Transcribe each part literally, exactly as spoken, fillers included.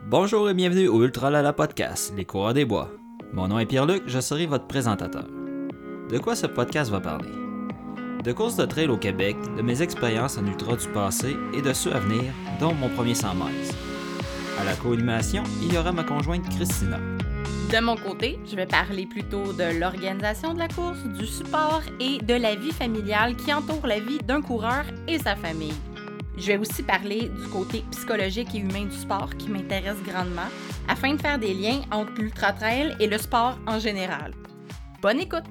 Bonjour et bienvenue au Ultralala Podcast, les coureurs des bois. Mon nom est Pierre-Luc, je serai votre présentateur. De quoi ce podcast va parler? De courses de trail au Québec, de mes expériences en ultra du passé et de ceux à venir, dont mon premier cent miles. À la co-animation, il y aura ma conjointe Christina. De mon côté, je vais parler plutôt de l'organisation de la course, du support et de la vie familiale qui entoure la vie d'un coureur et sa famille. Je vais aussi parler du côté psychologique et humain du sport qui m'intéresse grandement, afin de faire des liens entre l'ultra-trail et le sport en général. Bonne écoute!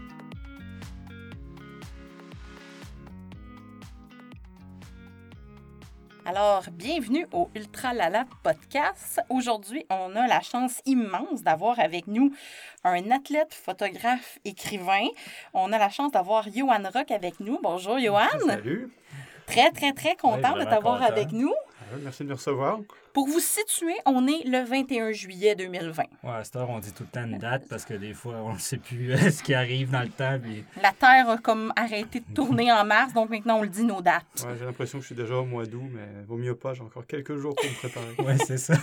Alors, bienvenue au Ultralala Podcast. Aujourd'hui, on a la chance immense d'avoir avec nous un athlète, photographe, écrivain. On a la chance d'avoir Johan Rock avec nous. Bonjour, Johan. Salut. Très, très, très content ouais, de t'avoir content. avec nous. Ah, merci de me recevoir. Pour vous situer, on est le vingt et un juillet deux mille vingt. Ouais, à cette heure, on dit tout le temps une date parce que des fois, on ne sait plus euh, ce qui arrive dans le temps. Puis... La Terre a comme arrêté de tourner en mars, donc maintenant, on le dit nos dates. Ouais, j'ai l'impression que je suis déjà au mois d'août, mais vaut mieux pas, j'ai encore quelques jours pour me préparer. ouais, c'est ça.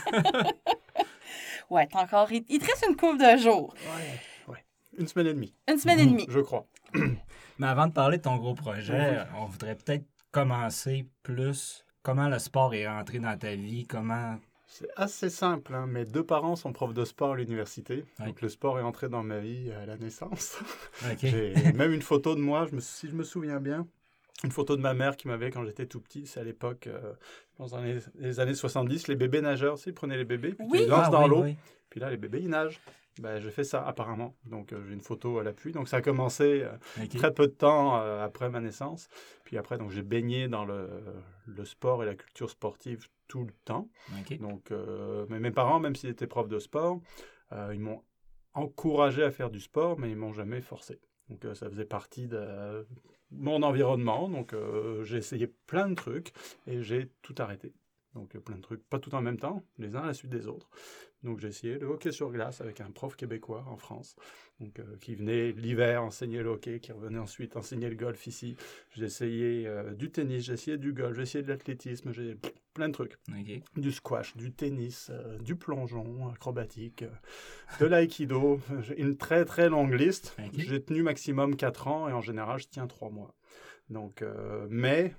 ouais, t'as encore... Il te reste une couple de jours. Ouais, ouais. Une semaine et demie. Une semaine et demie. Je crois. Mais avant de parler de ton gros projet, oui. on voudrait peut-être commencer plus comment le sport est rentré dans ta vie, comment... C'est assez simple, hein? Mes deux parents sont profs de sport à l'université, oui. Donc le sport est entré dans ma vie à la naissance. Okay. J'ai même une photo de moi, je me, si je me souviens bien, une photo de ma mère qui m'avait quand j'étais tout petit, c'est à l'époque, euh, je pense dans les, les années soixante-dix, les bébés nageurs, tu sais, ils prenaient les bébés, puis oui. ils les lancent ah, dans oui, l'eau, oui. Puis là les bébés ils nagent. Ben, j'ai fait ça apparemment, donc euh, j'ai une photo à l'appui. Donc ça a commencé euh, okay. très peu de temps euh, après ma naissance. Puis après, donc j'ai baigné dans le, le sport et la culture sportive tout le temps. Okay. Donc, euh, mais mes parents, même s'ils étaient profs de sport, euh, ils m'ont encouragé à faire du sport, mais ils m'ont jamais forcé. Donc euh, ça faisait partie de euh, mon environnement. Donc euh, j'ai essayé plein de trucs et j'ai tout arrêté. Donc, plein de trucs, pas tout en même temps, les uns à la suite des autres. Donc, j'ai essayé le hockey sur glace avec un prof québécois en France, donc, euh, qui venait l'hiver enseigner le hockey, qui revenait ensuite enseigner le golf ici. J'ai essayé euh, du tennis, j'ai essayé du golf, j'ai essayé de l'athlétisme, j'ai plein de trucs. Okay. Du squash, du tennis, euh, du plongeon acrobatique, euh, de l'aïkido. J'ai une très, très longue liste. Okay. J'ai tenu maximum quatre ans et en général, je tiens trois mois. Donc, euh, mais...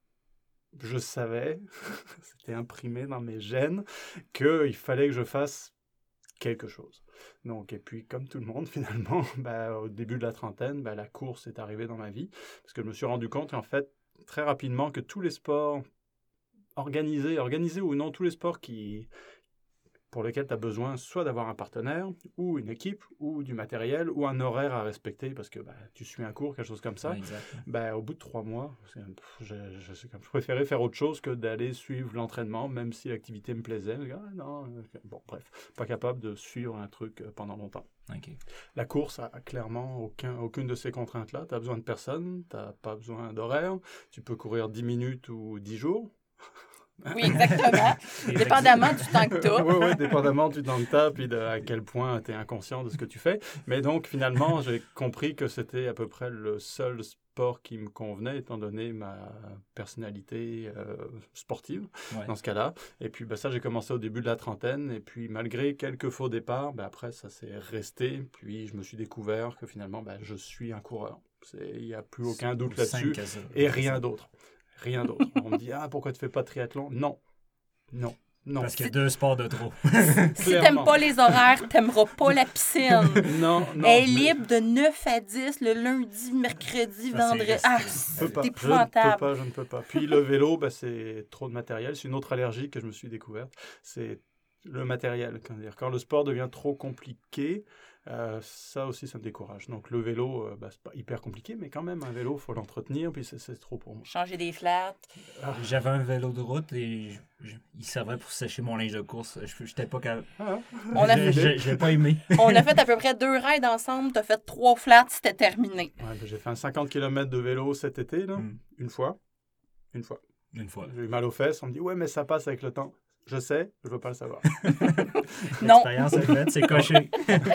je savais, c'était imprimé dans mes gènes, qu'il fallait que je fasse quelque chose. Donc, et puis, comme tout le monde, finalement, bah, au début de la trentaine, bah, la course est arrivée dans ma vie, parce que je me suis rendu compte, en fait, très rapidement, que tous les sports organisés, organisés ou non, tous les sports qui... pour lesquels tu as besoin soit d'avoir un partenaire, ou une équipe, ou du matériel, ou un horaire à respecter, parce que bah, tu suis un cours, quelque chose comme ça. Ouais, bah, au bout de trois mois, je, je, je, je préférais faire autre chose que d'aller suivre l'entraînement, même si l'activité me plaisait. Je dis, ah, non, bon, bref, pas capable de suivre un truc pendant longtemps. Okay. La course a clairement aucun, aucune de ces contraintes-là. Tu as besoin de personne, tu n'as pas besoin d'horaire, tu peux courir dix minutes ou dix jours. Oui, exactement. Dépendamment du temps que tu as. Oui, oui, dépendamment du temps que tu as, puis de à quel point tu es inconscient de ce que tu fais. Mais donc, finalement, j'ai compris que c'était à peu près le seul sport qui me convenait, étant donné ma personnalité euh, sportive, ouais. Dans ce cas-là. Et puis, ben, ça, j'ai commencé au début de la trentaine. Et puis, malgré quelques faux départs, ben, après, ça s'est resté. Puis, je me suis découvert que finalement, ben, je suis un coureur. Il n'y a plus aucun doute là-dessus. Et rien d'autre. Rien d'autre. On me dit, ah, pourquoi tu ne fais pas de triathlon? Non. Non. Non. Parce qu'il y a deux sports de trop. Si t'aimes pas les horaires, t'aimeras pas la piscine. non, non. Elle est libre de neuf à dix le lundi, mercredi, ça, vendredi. Ah, c'est épouvantable. Je ne peux pas, je ne peux pas. Puis le vélo, ben, c'est trop de matériel. C'est une autre allergie que je me suis découverte. C'est le matériel. Quand le sport devient trop compliqué, Euh, ça aussi, ça me décourage. Donc, le vélo, euh, bah, c'est pas hyper compliqué, mais quand même, un vélo, il faut l'entretenir, puis c'est, c'est trop pour moi. Changer des flats. Ah. J'avais un vélo de route et je, je, il servait pour sécher mon linge de course. Je n'étais pas capable. Ah. On a fait... J'ai pas aimé. On a fait à peu près deux rides ensemble. Tu as fait trois flats, c'était terminé. Ouais, ben, j'ai fait un cinquante kilomètres de vélo cet été, là, mm. une fois. Une fois. Une fois. J'ai eu mal aux fesses. On me dit, ouais, mais ça passe avec le temps. Je sais, je veux pas le savoir. Non. L'expérience est faite, c'est coché.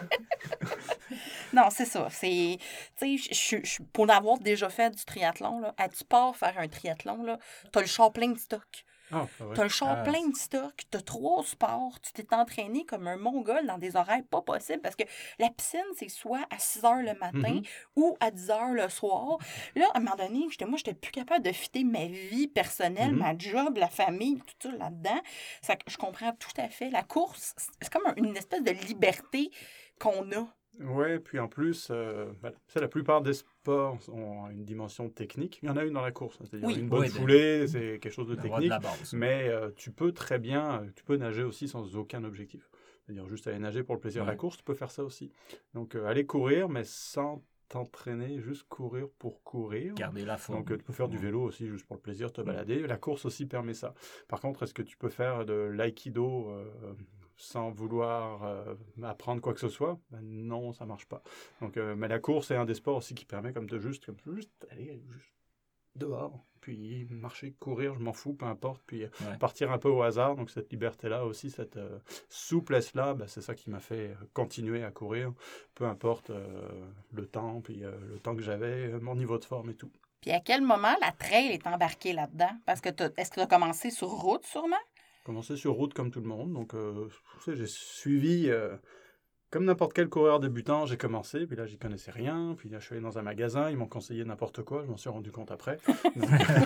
Non, c'est ça. C'est, tu sais, je, je, pour avoir déjà fait du triathlon, là, à tu pars faire un triathlon, là, t'as le char plein de stock. Ah, c'est vrai. T'as le char Ah, plein de stock, t'as trois sports, tu t'es entraîné comme un mongol dans des horaires pas possibles parce que la piscine, c'est soit à six heures le matin Mhm. ou à dix heures le soir. Là, à un moment donné, j'étais, moi, j'étais plus capable de fitter ma vie personnelle, Mhm. ma job, la famille, tout ça là-dedans. Ça, je comprends tout à fait. La course, c'est comme un- une espèce de liberté qu'on a. Ouais, puis en plus, euh, ben, c'est la plupart des sports ont une dimension technique. Il y en a une dans la course, hein, c'est-à-dire Oui. une bonne Oui, de- foulée, c'est quelque chose de D'avoir technique. de la base. Mais euh, tu peux très bien, euh, tu peux nager aussi sans aucun objectif. C'est-à-dire juste aller nager pour le plaisir de la Ouais. course, tu peux faire ça aussi. Donc euh, aller courir, mais sans t'entraîner, juste courir pour courir. Garder la forme. Donc, euh, tu peux faire du vélo aussi, juste pour le plaisir, te balader. La course aussi permet ça. Par contre, est-ce que tu peux faire de l'aïkido euh, sans vouloir euh, apprendre quoi que ce soit? Ben non, ça marche pas. Donc, euh, mais la course est un des sports aussi qui permet comme de juste, comme juste aller juste dehors, puis marcher, courir, je m'en fous, peu importe, puis euh, Ouais. partir un peu au hasard. Donc, cette liberté-là aussi, cette euh, souplesse-là, ben, c'est ça qui m'a fait continuer à courir, peu importe euh, le temps, puis euh, le temps que j'avais, mon niveau de forme et tout. Puis à quel moment la trail est embarquée là-dedans? Parce que t'as- est-ce que tu as commencé sur route, sûrement? Commencé sur route comme tout le monde, donc euh, tu sais, j'ai suivi, euh, comme n'importe quel coureur débutant, j'ai commencé, puis là, j'y connaissais rien, puis là, je suis allé dans un magasin, ils m'ont conseillé n'importe quoi, je m'en suis rendu compte après. Donc,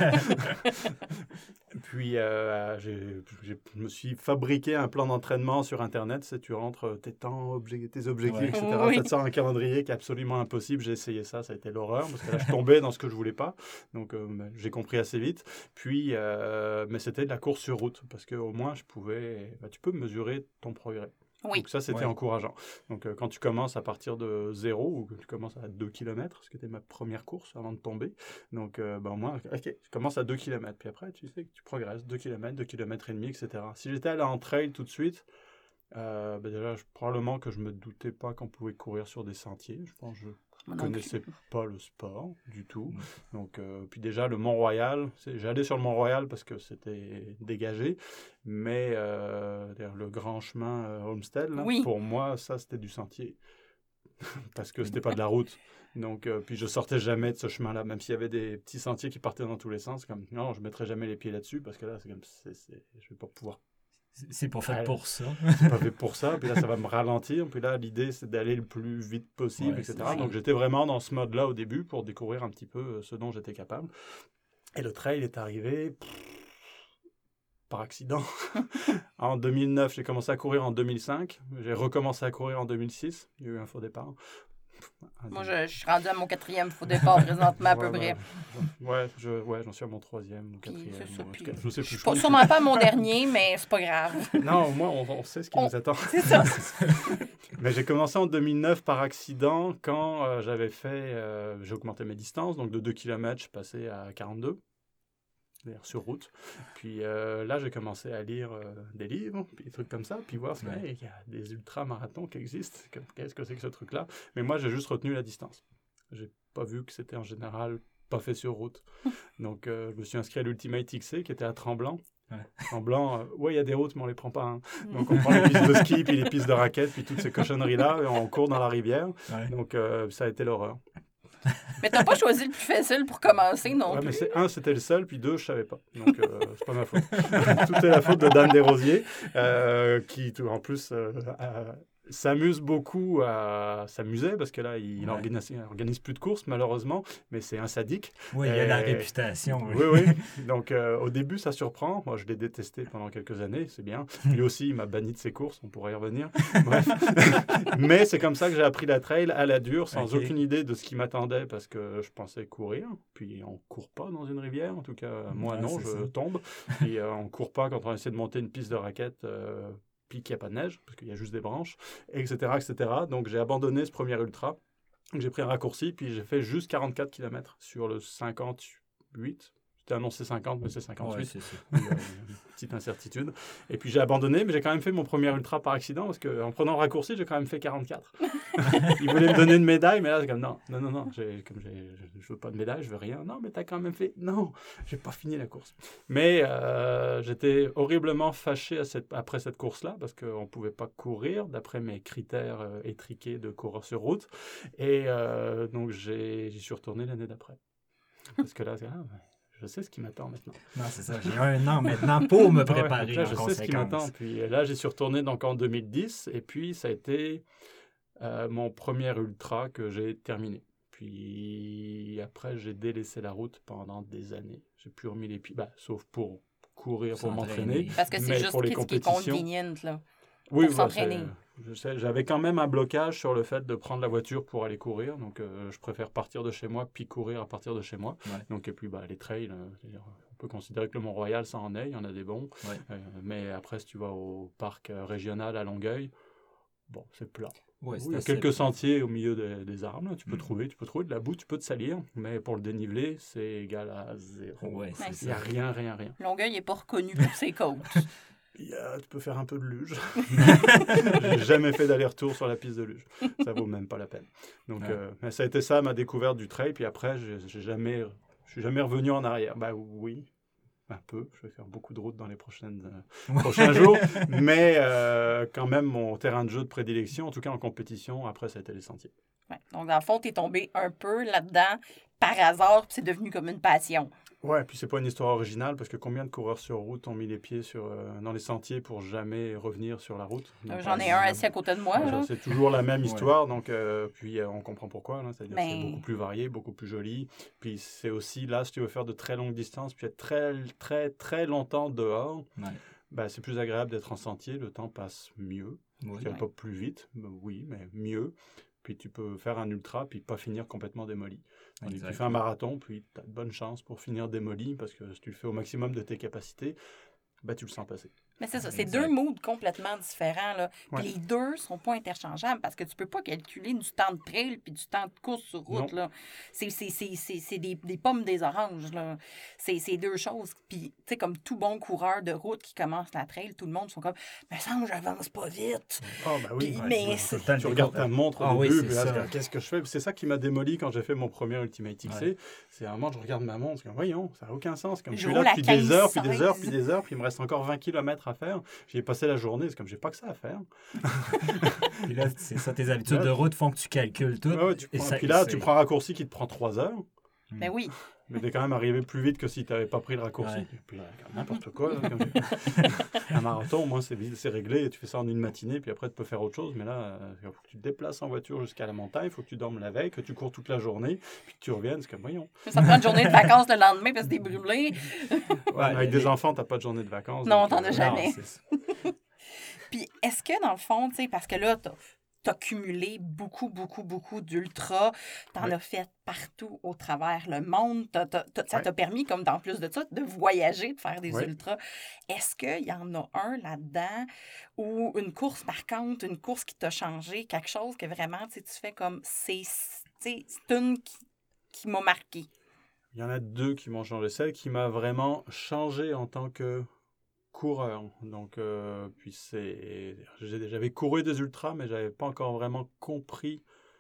puis, euh, j'ai, j'ai- je me suis fabriqué un plan d'entraînement sur Internet, c'est tu rentres tes temps, obje- tes objectifs, Ouais. et cetera. Oui. Ça te sort un calendrier qui est absolument impossible, j'ai essayé ça, ça a été l'horreur, parce que là, je tombais dans ce que je voulais pas, donc euh, ben, j'ai compris assez vite. Puis, euh, mais c'était de la course sur route, parce qu'au moins, je pouvais, ben, tu peux mesurer ton progrès. Oui. Donc ça, c'était Ouais. encourageant. Donc euh, quand tu commences à partir de zéro, ou que tu commences à deux kilomètres, ce qui était ma première course avant de tomber, donc euh, ben, au moins, ok, tu commences à deux kilomètres, puis après, tu sais que tu progresses, deux kilomètres, deux kilomètres et demi, et cetera. Si j'étais allé en trail tout de suite, euh, ben déjà, je- probablement que je me doutais pas qu'on pouvait courir sur des sentiers. Je pense que je Moi non plus. connaissais pas le sport du tout. Mm. Donc, euh, puis déjà, le Mont-Royal, c'est- j'allais sur le Mont-Royal parce que c'était dégagé, mais euh, d'ailleurs, le grand chemin euh, Homestead, là, Oui. pour moi, ça, c'était du sentier. Parce que c'était pas de la route. Donc, euh, puis je sortais jamais de ce chemin-là, même s'il y avait des petits sentiers qui partaient dans tous les sens. Comme, non, je mettrais jamais les pieds là-dessus parce que là, c'est comme, c'est, c'est, je vais pas pouvoir. C'est- C'est pas fait Ouais. pour ça. C'est pas fait pour ça. Puis là, ça va me ralentir. Puis là, l'idée, c'est d'aller le plus vite possible, Ouais, et cetera. c'est ça. Donc, j'étais vraiment dans ce mode-là au début pour découvrir un petit peu euh, ce dont j'étais capable. Et le trail est arrivé pff, par accident. En deux mille neuf, j'ai commencé à courir en deux mille cinq. J'ai recommencé à courir en deux mille six. Il y a eu un faux départ. Moi, je, je suis rendue à mon quatrième faux départ présentement, à peu Ouais, près. ben, ouais, je, ouais, j'en suis à mon troisième ou Puis, quatrième. c'est ça, ou en tout puis- cas, je sais Je plus. suis pas- je- sûrement pas mon dernier, mais c'est pas grave. Non, au moins, on, on sait ce qui On- nous attend. C'est ça. Mais j'ai commencé en deux mille neuf par accident quand euh, j'avais fait, euh, j'ai augmenté mes distances, donc de deux kilomètres, je suis passé à quarante-deux, c'est-à-dire sur route. Puis euh, là, j'ai commencé à lire euh, des livres, puis des trucs comme ça, puis voir, Ouais. qu'il y a des ultramarathons qui existent, comme, qu'est-ce que c'est que ce truc-là? Mais moi, j'ai juste retenu la distance. J'ai pas vu que c'était en général pas fait sur route. Donc, euh, je me suis inscrit à l'Ultimate X C qui était à Tremblant. Ouais. Tremblant, euh, ouais, il y a des routes, mais on les prend pas. Hein. Donc, on prend les pistes de ski, puis les pistes de raquettes, puis toutes ces cochonneries-là, et on court dans la rivière. Ouais. Donc, euh, ça a été l'horreur. Mais t'as pas choisi le plus facile pour commencer non Ouais, plus. mais c'est, un, c'était le seul, puis deux, je savais pas. Donc, euh, c'est pas ma faute. Tout est la faute de Dan Desrosiers, euh, qui, tout- en plus, euh, a- s'amuse beaucoup à s'amuser, parce que là, il Ouais. organise, il organise plus de courses, malheureusement, mais c'est un sadique. Oui, il y a la Euh, réputation. Oui, oui. Donc, euh, au début, ça surprend. Moi, je l'ai détesté pendant quelques années, c'est bien. Lui aussi, il m'a banni de ses courses, on pourrait y revenir. Bref. Mais c'est comme ça que j'ai appris la trail à la dure, sans Ok. aucune idée de ce qui m'attendait, parce que je pensais courir. Puis, on court pas dans une rivière. En tout cas, moi, Ouais, non, c'est je ça. tombe. Puis, euh, on court pas quand on essaie de monter une piste de raquette. Euh, puis qu'il n'y a pas de neige, parce qu'il y a juste des branches, et cetera, et cetera. Donc, j'ai abandonné ce premier ultra. Donc, j'ai pris un raccourci, puis j'ai fait juste quarante-quatre kilomètres sur le cinquante-huit. C'était annoncé cinquante, mais c'est cinquante-huit. Ouais, c'est ça. Il y a une petite incertitude. Et puis j'ai abandonné, mais j'ai quand même fait mon premier ultra par accident, parce qu'en prenant le raccourci, j'ai quand même fait quarante-quatre. Ils voulaient me donner une médaille, mais là, c'est comme non, non, non, non, j'ai, comme j'ai, je veux pas de médaille, je veux rien. Non, mais t'as quand même fait. Non, j'ai pas fini la course. Mais euh, j'étais horriblement fâché à cette, après cette course-là, parce qu'on pouvait pas courir, d'après mes critères euh, étriqués de coureur sur route. Et euh, donc j'ai, j'y suis retourné l'année d'après. Parce que là, c'est, ah, je sais ce qui m'attend maintenant. Non, c'est ça. J'ai un an maintenant pour me préparer ouais, là, en je conséquence. sais ce qui m'attend. Puis là, j'y suis retourné donc en deux mille dix et puis ça a été euh, mon premier ultra que j'ai terminé. Puis après, j'ai délaissé la route pendant des années. J'ai plus remis les pieds, bah, sauf pour courir, pour m'entraîner. Parce que c'est mais juste pour les ce qui est compétitions. convenient, là. Oui, pour bah, s'entraîner. c'est- je sais, j'avais quand même un blocage sur le fait de prendre la voiture pour aller courir. Donc, euh, je préfère partir de chez moi puis courir à partir de chez moi. Ouais. Donc, et puis, bah, les trails, euh, c'est-à-dire, on peut considérer que le Mont-Royal, ça en est. Il y en a des bons. Ouais. Euh, mais après, si tu vas au parc euh, régional à Longueuil, bon, c'est plat. Ouais, Oui, il y a assez- quelques sentiers au milieu des, des arbres. Là. Tu peux Mm. trouver, tu peux trouver de la boue, tu peux te salir. Mais pour le dénivelé, c'est égal à zéro. Ouais, c'est Nice. Il n'y a ça. rien, rien, rien. Longueuil n'est pas reconnu pour ses côtes. Il y a- tu peux faire un peu de luge. J'ai jamais fait d'aller-retour sur la piste de luge. Ça vaut même pas la peine. Donc, Ouais. euh, mais ça a été ça ma découverte du trail. Puis après, j'ai, j'ai jamais, je suis jamais revenu en arrière. Bah oui, un peu. Je vais faire beaucoup de routes dans les prochaines, euh, prochains jours. Mais euh, quand même, mon terrain de jeu de prédilection, en tout cas en compétition, après, ça a été les sentiers. Ouais. Donc, dans le fond, tu es tombé un peu là-dedans par hasard, puis c'est devenu comme une passion. Ouais, puis c'est pas une histoire originale parce que combien de coureurs sur route ont mis les pieds sur, euh, dans les sentiers pour jamais revenir sur la route? Donc, J'en ai euh, un assis à côté de moi. Ouais, là. c'est toujours la même Ouais. histoire, donc euh, puis euh, on comprend pourquoi. Là, c'est-à-dire Mais- que c'est beaucoup plus varié, beaucoup plus joli. Puis c'est aussi là, si tu veux faire de très longues distances, puis être très, très, très longtemps dehors, Ouais. ben, c'est plus agréable d'être en sentier. Le temps passe mieux. Oui. Tu vas pas plus vite, ben oui, mais mieux. Puis tu peux faire un ultra, puis pas finir complètement démoli. Tandis que tu Exact. fais un marathon, puis tu as de bonnes chances pour finir démoli, parce que si tu le fais au maximum de tes capacités, ben, tu le sens passer. Mais c'est ça, c'est Exact. deux moods complètement différents. Là. Puis Ouais. les deux sont pas interchangeables parce que tu peux pas calculer du temps de trail puis du temps de course sur route. Non. Là. C'est, c'est, c'est, c'est, c'est des, des pommes des oranges. Là. C'est, c'est deux choses. Puis, tu sais, comme tout bon coureur de route qui commence la trail, tout le monde sont comme « Mais ça, j'avance pas vite. Ah, ben oui. Puis, ouais, mais tu- c'est- Tout le temps, Tu le regardes décompte. ta montre au Ah oui, début, c'est puis là, ça. tu dis, qu'est-ce que je fais? C'est ça qui m'a démoli quand j'ai fait mon premier Ultimate X C. Ouais. C'est à un moment, je regarde ma montre, je dis, voyons, ça n'a aucun sens. Comme je, Je suis roule là à depuis des heures, puis des quinze, heures, puis seize. des heures, puis il me reste encore vingt kilomètres à faire. J'y ai passé la journée, c'est comme, j'ai pas que ça à faire. Puis là, c'est ça, tes habitudes Là, de route font que tu calcules tout. Ouais, ouais, tu Et prends- ça- puis là, c'est- tu prends un raccourci qui te prend trois heures, Ben oui. mais t'es quand même arrivé plus vite que si tu n'avais pas pris le raccourci. Ouais. Et puis, n'importe quoi. là, comme- un marathon, moi, c'est vite, c'est réglé, tu fais ça en une matinée, puis après, tu peux faire autre chose. Mais là, il faut que tu te déplaces en voiture jusqu'à la montagne, il faut que tu dormes la veille, que tu cours toute la journée, puis que tu reviennes, c'est comme, voyons. Ça te prend une journée de vacances le lendemain parce que t'es brûlé. Ouais, avec les- des enfants, t'as pas de journée de vacances. Non, donc, t'en as euh, jamais. Non, c'est ça. Puis est-ce que dans le fond, tu sais, parce que là, t'as as cumulé beaucoup, beaucoup, beaucoup d'ultras, t'en Ouais. as fait partout au travers le monde, t'as- t'as- t'as- ça Ouais. t'a permis, comme dans plus de ça, de voyager, de faire des Ouais. ultras. Est-ce qu'il y en a un là-dedans ou une course marquante, une course qui t'a changé, quelque chose que vraiment, tu sais, tu fais comme, c'est tu sais, c'est une qui, qui m'a marqué. Il y en a deux qui m'ont changé. Celle qui m'a vraiment changé en tant que coureur. Donc, euh, puis c'est, j'ai- j'avais couru des ultras, mais j'avais pas encore vraiment compris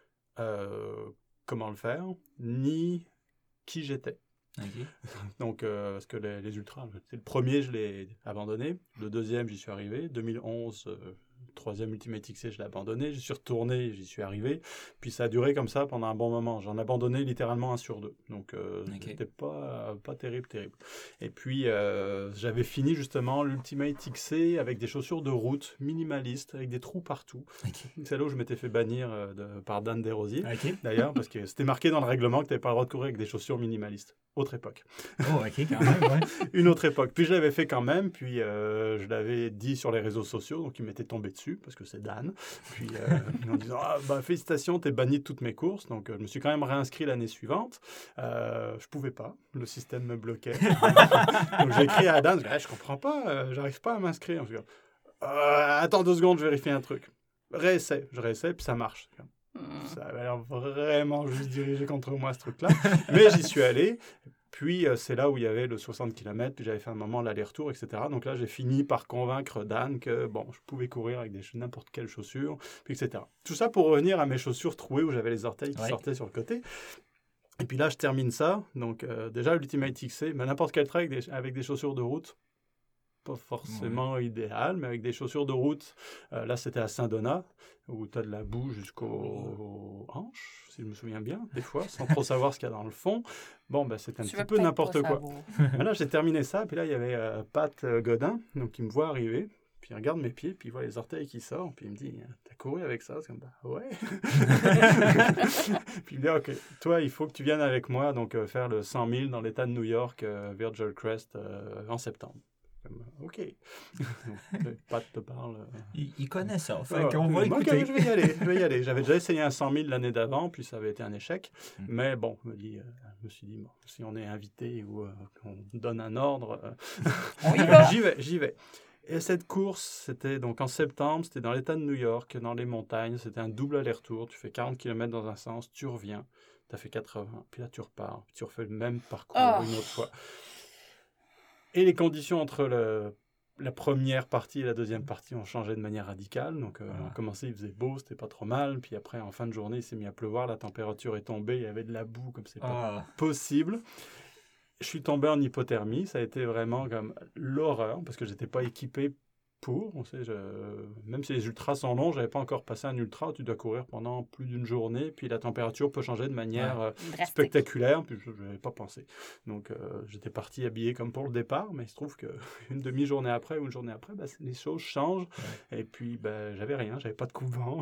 euh, comment le faire, ni qui j'étais. OK. Donc, euh, parce que les, les ultras, c'est le premier, je l'ai abandonné. Le deuxième, j'y suis arrivé. deux mille onze, euh, troisième Ultimate X C, je l'ai abandonné. J'y suis retourné, j'y suis arrivé. Puis ça a duré comme ça pendant un bon moment. J'en ai abandonné littéralement un sur deux. Donc, euh, Ok. c'était pas, pas terrible, terrible. Et puis, euh, j'avais fini justement l'Ultimate X C avec des chaussures de route minimalistes, avec des trous partout. OK. C'est là où je m'étais fait bannir euh, de- par Dan Desrosiers. OK. D'ailleurs, parce que c'était marqué dans le règlement que tu n'avais pas le droit de courir avec des chaussures minimalistes. Autre époque. Oh, OK, quand même, ouais. Une autre époque. Puis je l'avais fait quand même, puis euh, je l'avais dit sur les réseaux sociaux, donc il m'était tombé dessus, parce que c'est Dan. Puis euh, en disant, ah, bah, félicitations, t'es banni de toutes mes courses. Donc euh, je me suis quand même réinscrit l'année suivante. Euh, je pouvais pas, le système me bloquait. Donc j'ai écrit à Dan, je dis, ah, je comprends pas, euh, j'arrive pas à m'inscrire. Je dis, euh, attends deux secondes, je vérifie un truc. Réessaie, je réessaie, puis ça marche. Hmm. Ça avait l'air vraiment juste dirigé contre moi, ce truc-là. Mais j'y suis allé. Puis, euh, c'est là où il y avait le soixante kilomètres. Puis, j'avais fait un moment l'aller-retour, et cetera. Donc là, j'ai fini par convaincre Dan que, bon, je pouvais courir avec des n'importe quelle chaussure, puis et cetera. Tout ça pour revenir à mes chaussures trouées où j'avais les orteils qui Ouais. sortaient sur le côté. Et puis là, je termine ça. Donc, euh, déjà, l'Ultimate X C, mais n'importe quel trail avec des, avec des chaussures de route, pas forcément ouais. idéal, mais avec des chaussures de route. Euh, là, c'était à Saint-Donat, où tu as de la boue jusqu'aux hanches, si je me souviens bien, des fois, sans trop savoir ce qu'il y a dans le fond. Bon, ben, c'était un tu petit peu n'importe quoi. Mais là, j'ai terminé ça, puis là, il y avait euh, Pat Godin, donc, qui me voit arriver. Puis il regarde mes pieds, puis il voit les orteils qui sortent, puis il me dit « T'as couru avec ça ?» C'est comme bah, « Ouais !» Puis il me dit « Ok, toi, il faut que tu viennes avec moi, donc euh, faire le cent mille dans l'État de New York, euh, Virgil Crest, euh, en septembre. » Comme, OK. Donc, Pat te parle. Euh... Il, il connaît ça, fait ah, qu'on va écouter. Okay, je vais y aller, je vais y aller. J'avais déjà essayé un cent mille l'année d'avant, puis ça avait été un échec. Mm. Mais bon, je me, dis, euh, je me suis dit, bon, si on est invité ou euh, qu'on donne un ordre, euh... j'y vais, j'y vais. Et cette course, c'était donc en septembre, c'était dans l'État de New York, dans les montagnes. C'était un double aller-retour. Tu fais quarante kilomètres dans un sens, tu reviens, tu as fait quatre-vingts, puis là tu repars, puis tu refais le même parcours oh. une autre fois. Et les conditions entre le, la première partie et la deuxième partie ont changé de manière radicale. Donc, euh, ah. on commençait, il faisait beau, c'était pas trop mal. Puis après, en fin de journée, il s'est mis à pleuvoir, la température est tombée, il y avait de la boue, comme c'est pas ah. possible. Je suis tombé en hypothermie, ça a été vraiment comme l'horreur, parce que je n'étais pas équipé pour. On sait, je... Même si les ultras sont longs, je n'avais pas encore passé un ultra, tu dois courir pendant plus d'une journée, puis la température peut changer de manière ouais. euh, spectaculaire, puis je n'avais pas pensé. Donc, euh, j'étais parti habillé comme pour le départ, mais il se trouve qu'une demi-journée après ou une journée après, ben, les choses changent, ouais. et puis ben, j'avais rien, j'avais pas de coupe-vent,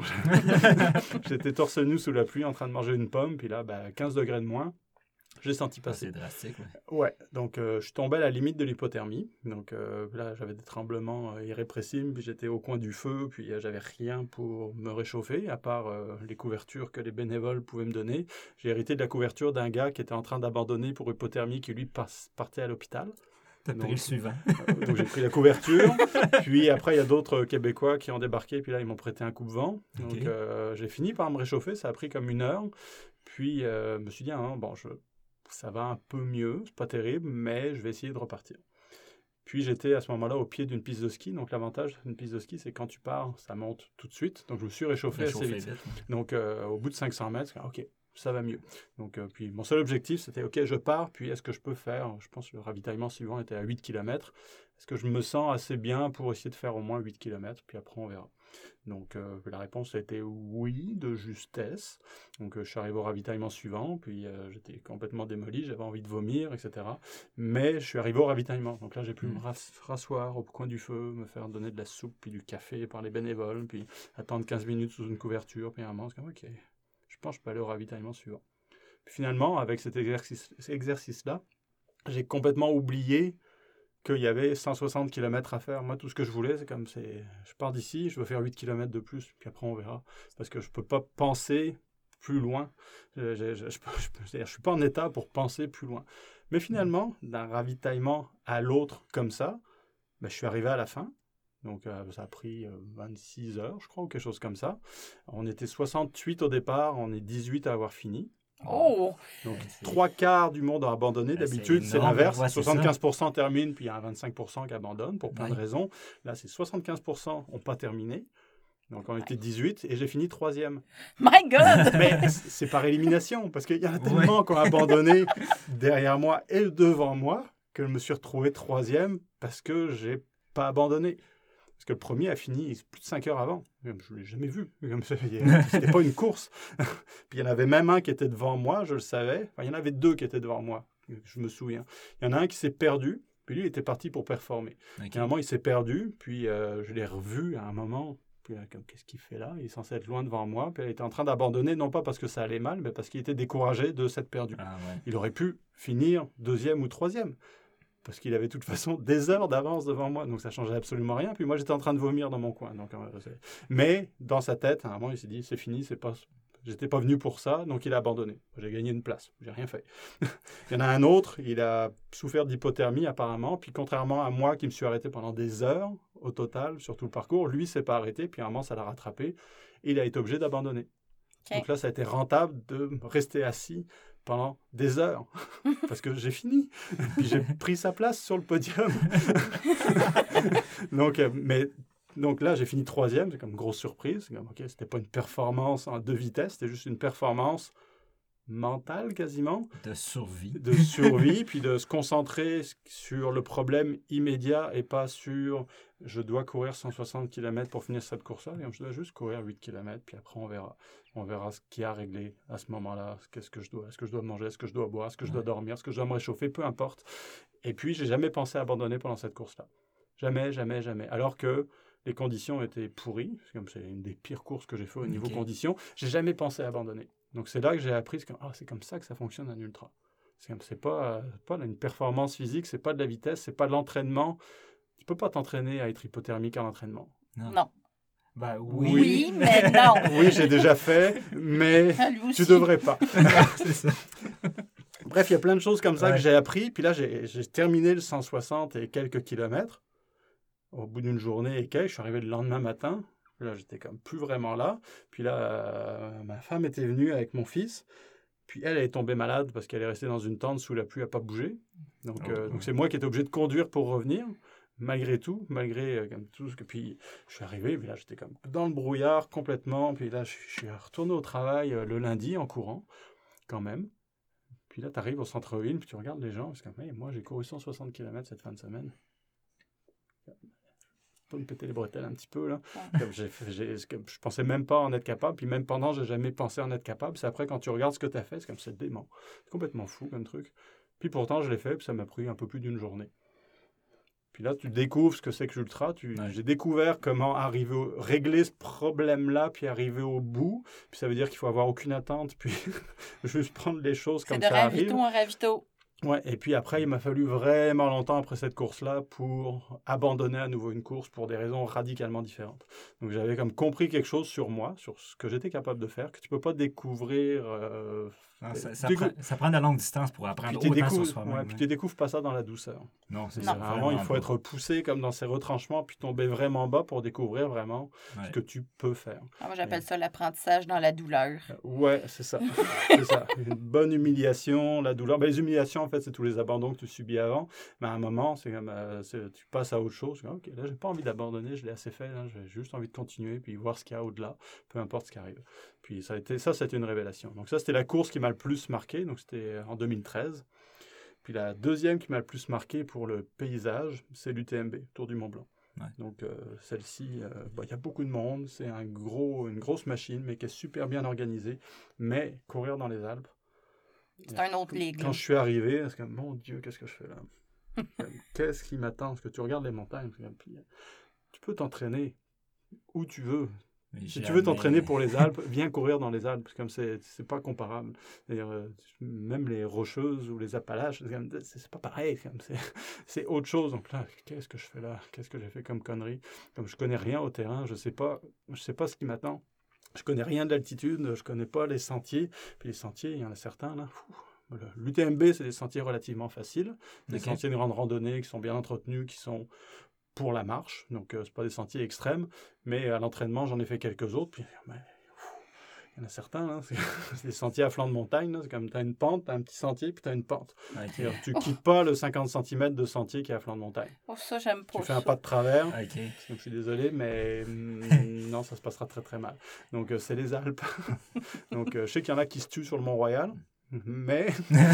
j'étais torse nu sous la pluie en train de manger une pomme, puis là, ben, quinze degrés de moins. J'ai senti passer. C'est drastique, oui. Ouais, donc euh, je tombais à la limite de l'hypothermie. Donc euh, là, j'avais des tremblements euh, irrépressibles, puis j'étais au coin du feu, puis euh, j'avais rien pour me réchauffer, à part euh, les couvertures que les bénévoles pouvaient me donner. J'ai hérité de la couverture d'un gars qui était en train d'abandonner pour hypothermie, qui lui pas, partait à l'hôpital. T'as pris le suivant. Euh, donc j'ai pris la couverture. Puis après, il y a d'autres Québécois qui ont débarqué, puis là, ils m'ont prêté un coupe-vent. Donc okay. euh, j'ai fini par me réchauffer, ça a pris comme une heure. Puis euh, je me suis dit, ah, bon, je... ça va un peu mieux, c'est pas terrible, mais je vais essayer de repartir. Puis j'étais à ce moment-là au pied d'une piste de ski, donc l'avantage d'une piste de ski, c'est quand tu pars, ça monte tout de suite, donc je me suis réchauffé, réchauffé assez vite. vite. Donc euh, au bout de cinq cents mètres, ok, ça va mieux. Donc euh, puis mon seul objectif, c'était ok, je pars, puis est-ce que je peux faire, je pense que le ravitaillement suivant était à huit kilomètres, est-ce que je me sens assez bien pour essayer de faire au moins huit kilomètres, puis après on verra. Donc, euh, la réponse a été oui, de justesse. Donc, euh, je suis arrivé au ravitaillement suivant, puis euh, j'étais complètement démoli, j'avais envie de vomir, et cetera. Mais je suis arrivé au ravitaillement. Donc là, j'ai pu mmh. me rasseoir au coin du feu, me faire donner de la soupe, puis du café par les bénévoles, puis attendre quinze minutes sous une couverture, puis un moment, c'est comme, OK, je pense que je peux aller au ravitaillement suivant. Puis finalement, avec cet, exercice, cet exercice-là, j'ai complètement oublié qu'il y avait cent soixante kilomètres à faire. Moi, tout ce que je voulais, c'est comme, c'est, je pars d'ici, je veux faire huit kilomètres de plus, puis après, on verra. Parce que je ne peux pas penser plus loin. Je ne suis pas en état pour penser plus loin. Mais finalement, d'un ravitaillement à l'autre comme ça, ben, je suis arrivé à la fin. Donc, euh, ça a pris euh, vingt-six heures, je crois, ou quelque chose comme ça. On était soixante-huit au départ, on est dix-huit à avoir fini. Oh! Donc, c'est... trois quarts du monde a abandonné. D'habitude, c'est, c'est l'inverse. Ouais, c'est soixante-quinze pour cent terminent, puis il y a vingt-cinq pour cent qui abandonnent pour plein oui. de raisons. Là, c'est soixante-quinze pour cent n'ont pas terminé. Donc, on était dix-huit et j'ai fini troisième. My God! Mais c'est par élimination, parce qu'il y en a tellement oui. qui ont abandonné derrière moi et devant moi que je me suis retrouvé troisième parce que je n'ai pas abandonné. Parce que le premier a fini plus de cinq heures avant. Je ne l'ai jamais vu. C'était pas une course. Puis il y en avait même un qui était devant moi, je le savais. Enfin, il y en avait deux qui étaient devant moi, je me souviens. Il y en a un qui s'est perdu, puis lui, il était parti pour performer. Okay. À un moment, il s'est perdu, puis euh, je l'ai revu à un moment. Puis là, comme, qu'est-ce qu'il fait là? Il est censé être loin devant moi. Puis il était en train d'abandonner, non pas parce que ça allait mal, mais parce qu'il était découragé de s'être perdu. Ah, ouais. Il aurait pu finir deuxième ou troisième. Parce qu'il avait de toute façon des heures d'avance devant moi, donc ça ne changeait absolument rien. Puis moi, j'étais en train de vomir dans mon coin. Donc, euh, mais dans sa tête, à un moment, il s'est dit, c'est fini, c'est pas... j'étais pas venu pour ça, donc il a abandonné. J'ai gagné une place, j'ai rien fait. Il y en a un autre, il a souffert d'hypothermie apparemment, puis contrairement à moi qui me suis arrêté pendant des heures au total sur tout le parcours, lui, s'est pas arrêté, puis à un moment, ça l'a rattrapé, et il a été obligé d'abandonner. Okay. Donc là, ça a été rentable de rester assis pendant des heures, parce que j'ai fini, puis j'ai pris sa place sur le podium. donc, euh, mais, donc là, j'ai fini troisième, c'est comme une grosse surprise. C'est comme, okay, c'était pas une performance en deux vitesses, c'était juste une performance mentale quasiment. De survie. De survie, puis de se concentrer sur le problème immédiat et pas sur je dois courir cent soixante kilomètres pour finir cette course-là. Et je dois juste courir huit kilomètres, puis après on verra. On verra ce qu'il y a à régler à ce moment-là. Qu'est-ce que je dois? Est-ce que je dois manger? Est-ce que je dois boire? Est-ce que je dois ouais. dormir? Est-ce que je dois me réchauffer? Peu importe. Et puis, j'ai jamais pensé abandonner pendant cette course-là. Jamais, jamais, jamais. Alors que les conditions étaient pourries. C'est comme c'est une des pires courses que j'ai fait au niveau okay. conditions. J'ai jamais pensé abandonner. Donc, c'est là que j'ai appris que ah, c'est comme ça que ça fonctionne un ultra. C'est, comme, c'est pas, euh, pas une performance physique, c'est pas de la vitesse, c'est pas de l'entraînement. Tu peux pas t'entraîner à être hypothermique à l'entraînement. Non. non. Ben oui. Oui, mais non. Oui, j'ai déjà fait, mais tu devrais pas. C'est ça. Bref, il y a plein de choses comme ça ouais. que j'ai appris. Puis là, j'ai, j'ai terminé le cent soixante et quelques kilomètres. Au bout d'une journée et quelques, je suis arrivé le lendemain matin. Là, j'étais comme plus vraiment là. Puis là, euh, ma femme était venue avec mon fils. Puis elle, elle est tombée malade parce qu'elle est restée dans une tente sous la pluie, elle n'a pas bougé. Donc, oh, euh, ouais. donc c'est moi qui étais obligé de conduire pour revenir. Malgré tout, malgré euh, comme tout ce que... Puis je suis arrivé, puis là, j'étais comme dans le brouillard complètement. Puis là, je, je suis retourné au travail euh, le lundi en courant, quand même. Puis là, tu arrives au centre-ville, puis tu regardes les gens. Parce que hey, moi, j'ai couru cent soixante kilomètres cette fin de semaine. Pas me péter les bretelles un petit peu, là. Ouais. Comme j'ai, j'ai, comme, je pensais même pas en être capable. Puis même pendant, j'ai jamais pensé en être capable. C'est après, quand tu regardes ce que tu as fait, c'est comme c'est dément. C'est complètement fou comme truc. Puis pourtant, je l'ai fait, puis ça m'a pris un peu plus d'une journée. Puis là, tu découvres ce que c'est que l'ultra. Tu, ouais. J'ai découvert comment arriver au, régler ce problème-là, puis arriver au bout. Puis ça veut dire qu'il faut avoir aucune attente, puis juste prendre les choses c'est comme ça arrive. C'est de ravito en ravito. Ouais, et puis après, il m'a fallu vraiment longtemps après cette course-là pour abandonner à nouveau une course pour des raisons radicalement différentes. Donc j'avais comme compris quelque chose sur moi, sur ce que j'étais capable de faire, que tu peux pas découvrir... Euh, non, ça, ça, prend, ça prend de la longue distance pour apprendre autant découvres, sur soi-même. Ouais, hein. Puis tu découvres pas ça dans la douceur. Non, c'est non. ça. Vraiment, vraiment il faut pas. Être poussé comme dans ces retranchements, puis tomber vraiment bas pour découvrir vraiment ouais. ce que tu peux faire. Ah, moi, j'appelle et... ça l'apprentissage dans la douleur. Ouais, c'est ça. c'est ça. Une bonne humiliation, la douleur. Ben, les humiliations, en fait, c'est tous les abandons que tu subis avant. Mais à un moment, c'est comme, euh, c'est, tu passes à autre chose. OK, là, j'ai pas envie d'abandonner, je l'ai assez fait. Là, j'ai juste envie de continuer, puis voir ce qu'il y a au-delà, peu importe ce qui arrive. Puis ça, a été, ça, c'était une révélation. Donc ça, c'était la course qui m'a le plus marqué. Donc c'était en deux mille treize. Puis la deuxième qui m'a le plus marqué pour le paysage, c'est l'U T M B, Tour du Mont-Blanc. Ouais. Donc euh, celle-ci, il euh, bah, y a beaucoup de monde. C'est un gros, une grosse machine, mais qui est super bien organisée. Mais courir dans les Alpes, c'est un autre ligue. Quand je suis arrivé, c'est comme, mon Dieu, qu'est-ce que je fais là? Qu'est-ce qui m'attend? Parce que tu regardes les montagnes, puis, tu peux t'entraîner où tu veux. Mais si tu veux t'entraîner pour les Alpes, viens courir dans les Alpes, comme c'est, c'est pas comparable. Euh, même les Rocheuses ou les Appalaches, c'est, c'est pas pareil. C'est, c'est, c'est autre chose. Donc là, qu'est-ce que je fais là? Qu'est-ce que j'ai fait comme connerie? Comme je connais rien au terrain, je sais pas, je sais pas ce qui m'attend. Je connais rien de l'altitude, je connais pas les sentiers. Puis les sentiers, il y en a certains là. L'U T M B, c'est des sentiers relativement faciles, des okay. sentiers de grande randonnée qui sont bien entretenus, qui sont pour la marche. Donc, euh, c'est pas des sentiers extrêmes, mais à l'entraînement, j'en ai fait quelques autres. Puis, ben, il y en a certains, là, c'est, c'est des sentiers à flanc de montagne. Là, c'est comme tu as une pente, tu as un petit sentier, puis tu as une pente. Okay. Alors, tu ne oh. quittes pas le cinquante centimètres de sentier qui est à flanc de montagne. Oh, ça, j'aime pas. Tu fais ça. un pas de travers. Okay. Donc, je suis désolé, mais mm, non, ça se passera très, très mal. Donc, euh, c'est les Alpes. Donc, euh, je sais qu'il y en a qui se tuent sur le Mont-Royal. Mais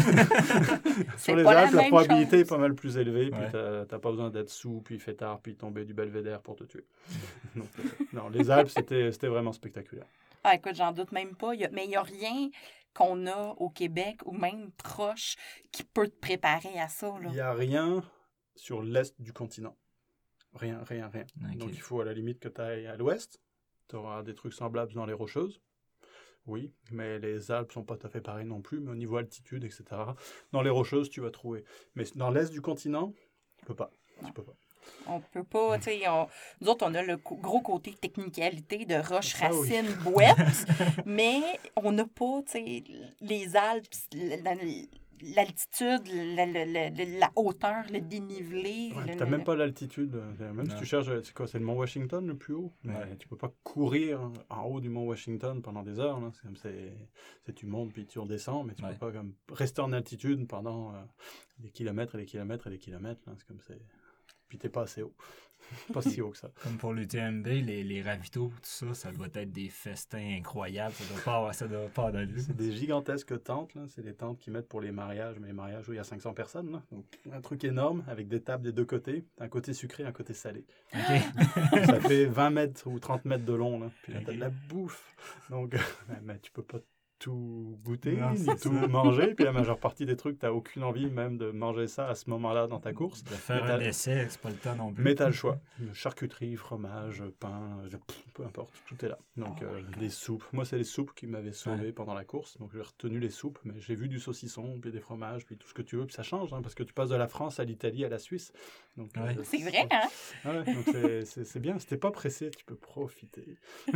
sur les Alpes, la, la probabilité chose. Est pas mal plus élevée. Ouais. Puis t'as, t'as pas besoin d'être sous, puis il fait tard, puis tomber du belvédère pour te tuer. Donc, euh, non, les Alpes, c'était, c'était vraiment spectaculaire. Ah, écoute, j'en doute même pas. Il y a, mais il n'y a rien qu'on a au Québec, ou même proche, qui peut te préparer à ça. Il n'y a rien sur l'est du continent. Rien, rien, rien. Okay. Donc, il faut à la limite que tu ailles à l'ouest. Tu auras des trucs semblables dans les Rocheuses. Oui, mais les Alpes sont pas tout à fait pareilles non plus, mais au niveau altitude, et cetera. Dans les Rocheuses, tu vas trouver. Mais dans l'est du continent, tu peux pas. Tu peux pas. On peut pas, tu sais, nous autres, on a le co- gros côté technicalité de roches, racines, oui. boîtes, mais on n'a pas, tu sais, les Alpes, la, l'altitude, la, la, la, la hauteur, le dénivelé. Ouais, le, tu n'as le... même pas l'altitude. Même non. Si tu cherches, c'est quoi, c'est le mont Washington le plus haut. Mais ouais. Tu ne peux pas courir en haut du mont Washington pendant des heures. Là. C'est, comme c'est, c'est tu montes puis tu redescends, mais tu ne ouais. peux pas comme, rester en altitude pendant euh, des kilomètres et des kilomètres et des kilomètres. Là. C'est comme c'est... Puis tu n'es pas assez haut. Pas si haut que ça. Comme pour l'U T M B, les, les ravitaux, tout ça, ça doit être des festins incroyables. Ça doit pas avoir, ça doit pas avoir d'allure. C'est des gigantesques tentes, là. C'est des tentes qu'ils mettent pour les mariages, mais les mariages où il y a cinq cents personnes, là. Donc, un truc énorme avec des tables des deux côtés, un côté sucré, un côté salé. OK. Ça fait vingt mètres ou trente mètres de long, là. Puis là, t'as Ok. de la bouffe. Donc, mais tu peux pas tout goûter, Non, ni c'est tout ça. manger. Puis la majeure partie des trucs, t'as aucune envie même de manger ça à ce moment-là dans ta course. De faire Mais un t'as- essai, c'est pas le temps non plus. Mais t'as le choix. Charcuterie, fromage, pain, je- pff, peu importe, tout est là. Donc, Oh euh, my God. des soupes. Moi, c'est les soupes qui m'avaient sauvé Ouais. pendant la course. Donc, j'ai retenu les soupes, mais j'ai vu du saucisson, puis des fromages, puis tout ce que tu veux. Puis ça change, hein, parce que tu passes de la France à l'Italie, à la Suisse. Donc, Ouais. euh, C'est vrai, hein? Ah ouais, donc c'est- c'est c'est bien. Si t'es pas pressé, tu peux profiter.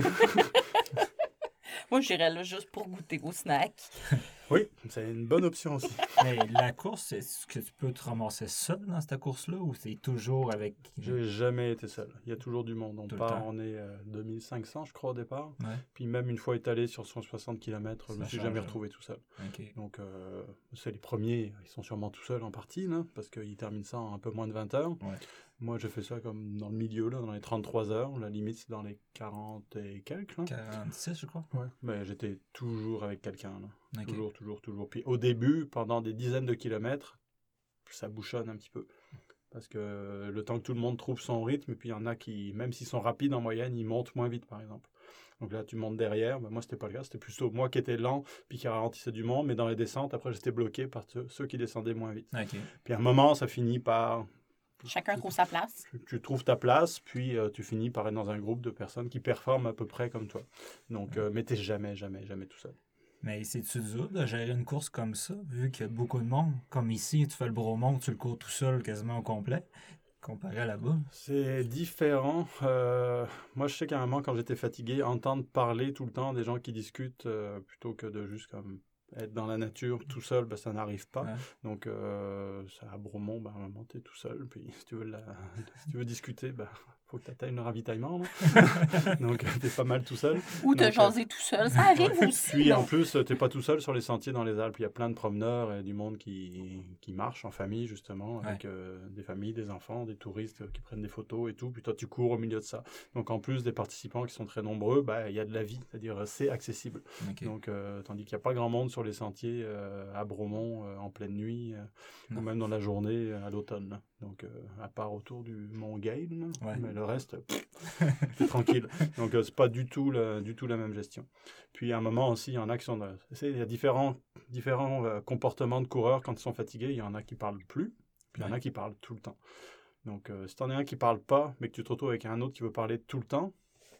Moi, j'irais là juste pour goûter au snack. Oui, c'est une bonne option aussi. Mais la course, est-ce que tu peux te ramasser seul dans cette course-là ou c'est toujours avec. J'ai jamais été seul. Il y a toujours du monde. On Tout le part, temps. on est euh, deux mille cinq cents, je crois, au départ. Ouais. Puis même une fois étalé sur cent soixante kilomètres, je Ça me suis change, jamais hein. retrouvé tout seul. OK. Donc, euh, c'est les premiers, ils sont sûrement tout seuls en partie, là, parce qu'ils terminent ça en un peu moins de vingt heures. Ouais. Moi, j'ai fait ça comme dans le milieu, là, dans les trente-trois heures. La limite, c'est dans les quarante et quelques. Là. quarante-six, je crois. Ouais. Mais j'étais toujours avec quelqu'un. Là. OK. Toujours, toujours, toujours. Puis au début, pendant des dizaines de kilomètres, ça bouchonne un petit peu. Parce que le temps que tout le monde trouve son rythme, et puis il y en a qui, même s'ils sont rapides en moyenne, ils montent moins vite, par exemple. Donc là, tu montes derrière. Ben, moi, c'était pas le cas. C'était plutôt moi qui étais lent, puis qui ralentissait du monde. Mais dans les descentes, après, j'étais bloqué par ceux, ceux qui descendaient moins vite. OK. Puis à un moment, ça finit par... Chacun trouve sa place. Tu, tu trouves ta place, puis euh, tu finis par être dans un groupe de personnes qui performent à peu près comme toi. Donc, euh, mais t'es jamais, jamais, jamais tout seul. Mais c'est-tu dur de gérer une course comme ça, vu qu'il y a beaucoup de monde? Comme ici, tu fais le Bromont, tu le cours tout seul quasiment au complet, comparé à là-bas. C'est différent. Euh, moi, je sais qu'à un moment, quand j'étais fatigué, entendre parler tout le temps des gens qui discutent, euh, plutôt que de juste comme être dans la nature tout seul, ben, ça n'arrive pas. Ouais. Donc, euh, ça, à Bromont, ben, à un moment, t'es tout seul. Puis, si tu veux, la... si tu veux discuter, ben, faut que tu atteignes le ravitaillement. là. Donc, t'es pas mal tout seul. Ou te Donc, jaser tout seul. Ça arrive Ouais. aussi. Puis là. en plus, t'es pas tout seul sur les sentiers dans les Alpes. Il y a plein de promeneurs et du monde qui, qui marche en famille, justement, avec euh, des familles, des enfants, des touristes qui prennent des photos et tout. Puis toi, tu cours au milieu de ça. Donc en plus des participants qui sont très nombreux, bah, il y a de la vie, c'est-à-dire c'est accessible. OK. Donc, euh, tandis qu'il n'y a pas grand monde sur les sentiers euh, à Bromont euh, en pleine nuit euh, ou Non. même dans la journée euh, à l'automne. là. Donc, euh, à part autour du Mont Gale, là, Ouais. mais le reste, pff, c'est tranquille. Donc, euh, c'est pas du tout, la, du tout la même gestion. Puis, à un moment aussi, il y en a qui sont... de- c'est- Il y a différents, différents euh, comportements de coureurs quand ils sont fatigués. Il y en a qui parlent plus, puis il y en a Ouais. qui parlent tout le temps. Donc, euh, si t'en as un qui parle pas, mais que tu te retrouves avec un autre qui veut parler tout le temps,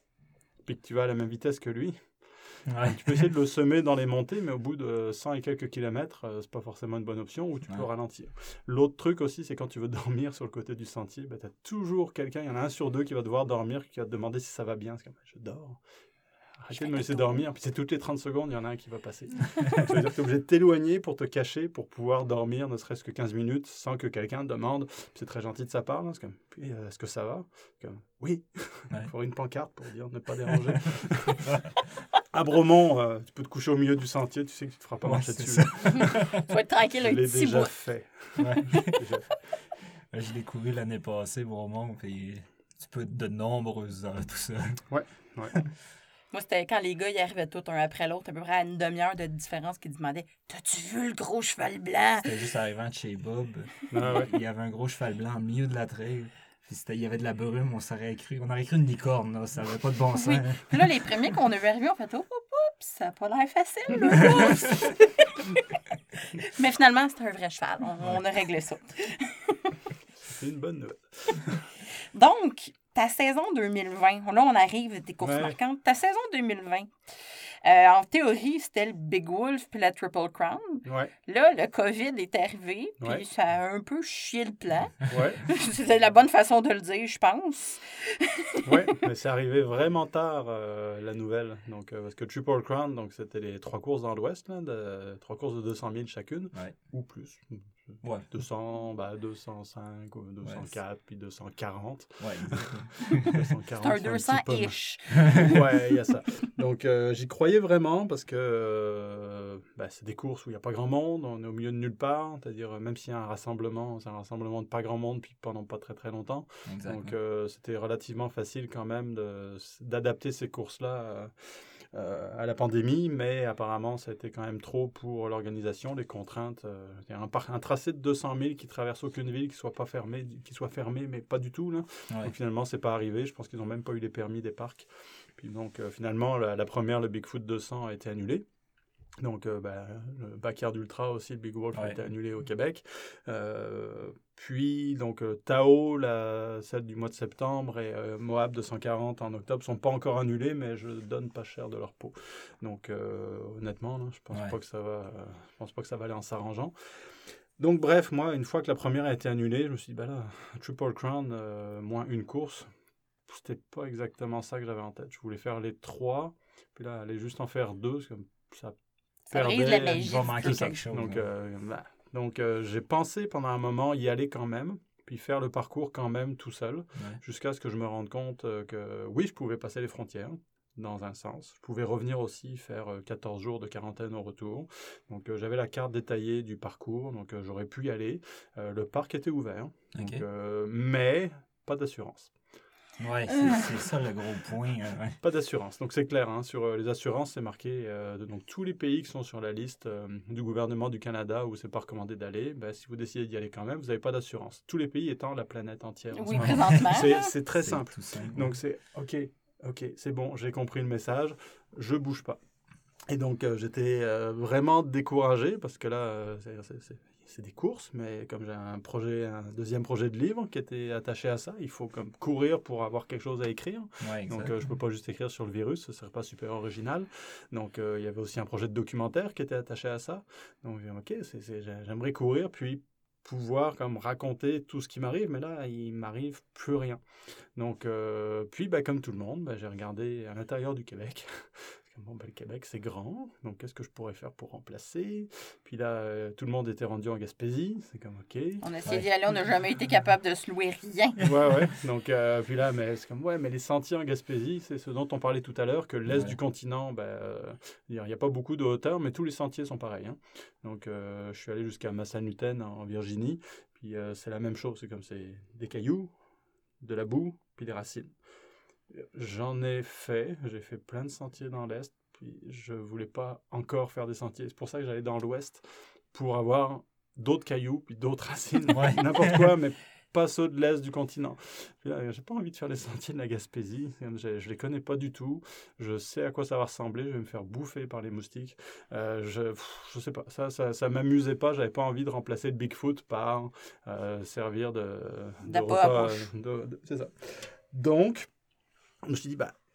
puis que tu vas à la même vitesse que lui, Ouais. tu peux essayer de le semer dans les montées, mais au bout de cent et quelques kilomètres, euh, c'est pas forcément une bonne option, ou tu peux Ouais. ralentir. L'autre truc aussi, c'est quand tu veux dormir sur le côté du sentier, ben, tu as toujours quelqu'un, il y en a un sur deux qui va devoir dormir, qui va te demander si ça va bien. C'est comme, je dors. Arrêtez de me laisser dormir. Puis c'est toutes les trente secondes, il y en a un qui va passer. Donc, ça veut dire que tu es obligé de t'éloigner pour te cacher, pour pouvoir dormir ne serait-ce que quinze minutes sans que quelqu'un demande. Puis c'est très gentil de sa part. Là, c'est comme, puis, euh, est-ce que ça va? C'est comme, oui. Il Ouais. faut une pancarte pour dire ne pas déranger. À Bromont, euh, tu peux te coucher au milieu du sentier, tu sais que tu te feras pas Ouais, marcher c'est dessus. ça. Faut être tranquille Je un l'ai petit déjà bout. fait. Ouais. Déjà fait. Je l'ai découvert l'année passée, Bromont, puis tu peux être de nombreuses heures tout seul. Ouais. Moi, c'était quand les gars y arrivaient tous un après l'autre, à peu près à une demi-heure de différence, qui demandaient « T'as-tu vu le gros cheval blanc? C'était juste arrivant de chez Bob. Ah ouais. Il y avait un gros cheval blanc au milieu de la trail. Puis c'était- il y avait de la brume, on s'aurait cru, on aurait cru une licorne, là. Ça avait pas de bon sens. Oui. hein. » Puis là, les premiers qu'on a vu arriver, on fait « Oups, oups, oups, ça a pas l'air facile, le course. » Mais finalement, c'était un vrai cheval. On, on a réglé ça. C'est une bonne nouvelle. Donc, ta saison deux mille vingt, là, on arrive à tes courses Ouais. marquantes. Ta saison deux mille vingt, euh, en théorie, c'était le Big Wolf puis la Triple Crown. Ouais. Là, le COVID est arrivé, puis Ouais. ça a un peu chié le plan. Ouais. C'était la bonne façon de le dire, je pense. Ouais, mais c'est arrivé vraiment tard, euh, la nouvelle. Donc, euh, parce que Triple Crown, donc c'était les trois courses dans l'Ouest, là, de, trois courses de deux cent mille chacune, Ouais. ou plus. Ouais. deux cents, bah, deux cent cinq, ou deux cent quatre, ouais. Puis deux cent quarante. Ouais, exactement. deux cent quarante, c'est un deux cents-ish. Ouais, il y a ça. Donc, euh, j'y croyais vraiment parce que euh, bah, c'est des courses où il n'y a pas grand monde, on est au milieu de nulle part, c'est-à-dire même s'il y a un rassemblement, c'est un rassemblement de pas grand monde, puis pendant pas très très longtemps. Exactement. Donc, euh, c'était relativement facile quand même de, d'adapter ces courses-là euh, euh, à la pandémie, mais apparemment, ça a été quand même trop pour l'organisation, les contraintes. Euh, il y a un, par- un tracé de deux cent mille qui traverse aucune ville, qui soit pas fermé, qui soit fermé, mais pas du tout, là. Ouais. Donc, finalement, c'est pas arrivé. Je pense qu'ils n'ont même pas eu les permis des parcs. Puis donc, euh, finalement, la, la première, le Bigfoot deux cents, a été annulée. Donc, euh, ben, le Backyard Ultra aussi, le Big Wolf, ouais. a été annulé au Québec. Euh, puis, donc, euh, Tao, la, celle du mois de septembre, et euh, Moab deux cent quarante en octobre ne sont pas encore annulés, mais je donne pas cher de leur peau. Donc, euh, honnêtement, là, je pense ouais. pas que ça va, euh, je pense pas que ça va aller en s'arrangeant. Donc, bref, moi, une fois que la première a été annulée, je me suis dit, ben là, Triple Crown, euh, moins une course, c'était pas exactement ça que j'avais en tête. Je voulais faire les trois, puis là, aller juste en faire deux, c'est comme ça. Ça brise la magie. Il va manquer quelque chose. Donc, euh, bah, donc euh, j'ai pensé pendant un moment y aller quand même, puis faire le parcours quand même tout seul, ouais. jusqu'à ce que je me rende compte euh, que oui, je pouvais passer les frontières, dans un sens. Je pouvais revenir aussi faire euh, quatorze jours de quarantaine au retour. Donc, euh, j'avais la carte détaillée du parcours, donc euh, j'aurais pu y aller. Euh, le parc était ouvert, okay. donc, euh, mais pas d'assurance. Oui, c'est, c'est ça le gros point. Euh, ouais. Pas d'assurance. Donc, c'est clair, hein, sur euh, les assurances, c'est marqué euh, de, donc, tous les pays qui sont sur la liste euh, du gouvernement du Canada où c'est pas recommandé d'aller, ben, si vous décidez d'y aller quand même, vous n'avez pas d'assurance. Tous les pays étant la planète entière. Oui, présentement. C'est, c'est très c'est simple. simple. Donc, c'est OK, OK, c'est bon, j'ai compris le message, je bouge pas. Et donc, euh, j'étais euh, vraiment découragé parce que là, euh, c'est, c'est, c'est, c'est des courses, mais comme j'ai un projet, un deuxième projet de livre qui était attaché à ça, il faut comme courir pour avoir quelque chose à écrire. Ouais, donc, euh, je ne peux pas juste écrire sur le virus, ce ne serait pas super original. Donc, euh, il y avait aussi un projet de documentaire qui était attaché à ça. Donc, OK, c'est, c'est, j'aimerais courir, puis pouvoir comme raconter tout ce qui m'arrive, mais là, il m'arrive plus rien. Donc, euh, puis, ben, comme tout le monde, ben, j'ai regardé à l'intérieur du Québec. Bon, ben, le Québec, c'est grand, donc qu'est-ce que je pourrais faire pour remplacer? Puis là, euh, tout le monde était rendu en Gaspésie, c'est comme OK. On a essayé ouais. d'y aller, on n'a jamais été capable de se louer rien. Ouais, ouais, donc euh, puis là, mais c'est comme, ouais, mais les sentiers en Gaspésie, c'est ce dont on parlait tout à l'heure, que l'est ouais. du continent, ben, euh, il n'y a pas beaucoup de hauteur, mais tous les sentiers sont pareils. Hein. Donc, euh, je suis allé jusqu'à Massanutten, en Virginie, puis euh, c'est la même chose, c'est comme, c'est des cailloux, de la boue, puis des racines. J'en ai fait, j'ai fait plein de sentiers dans l'Est, puis je voulais pas encore faire des sentiers. C'est pour ça que j'allais dans l'Ouest, pour avoir d'autres cailloux, puis d'autres racines, ouais. n'importe quoi, mais pas ceux de l'Est du continent. Puis là, j'ai pas envie de faire les sentiers de la Gaspésie, je, je les connais pas du tout, je sais à quoi ça va ressembler, je vais me faire bouffer par les moustiques. Euh, je, pff, je sais pas, ça, ça, ça m'amusait pas, j'avais pas envie de remplacer le Bigfoot par euh, servir de, de repas. De, de, c'est ça. Donc, je me suis dit, bah,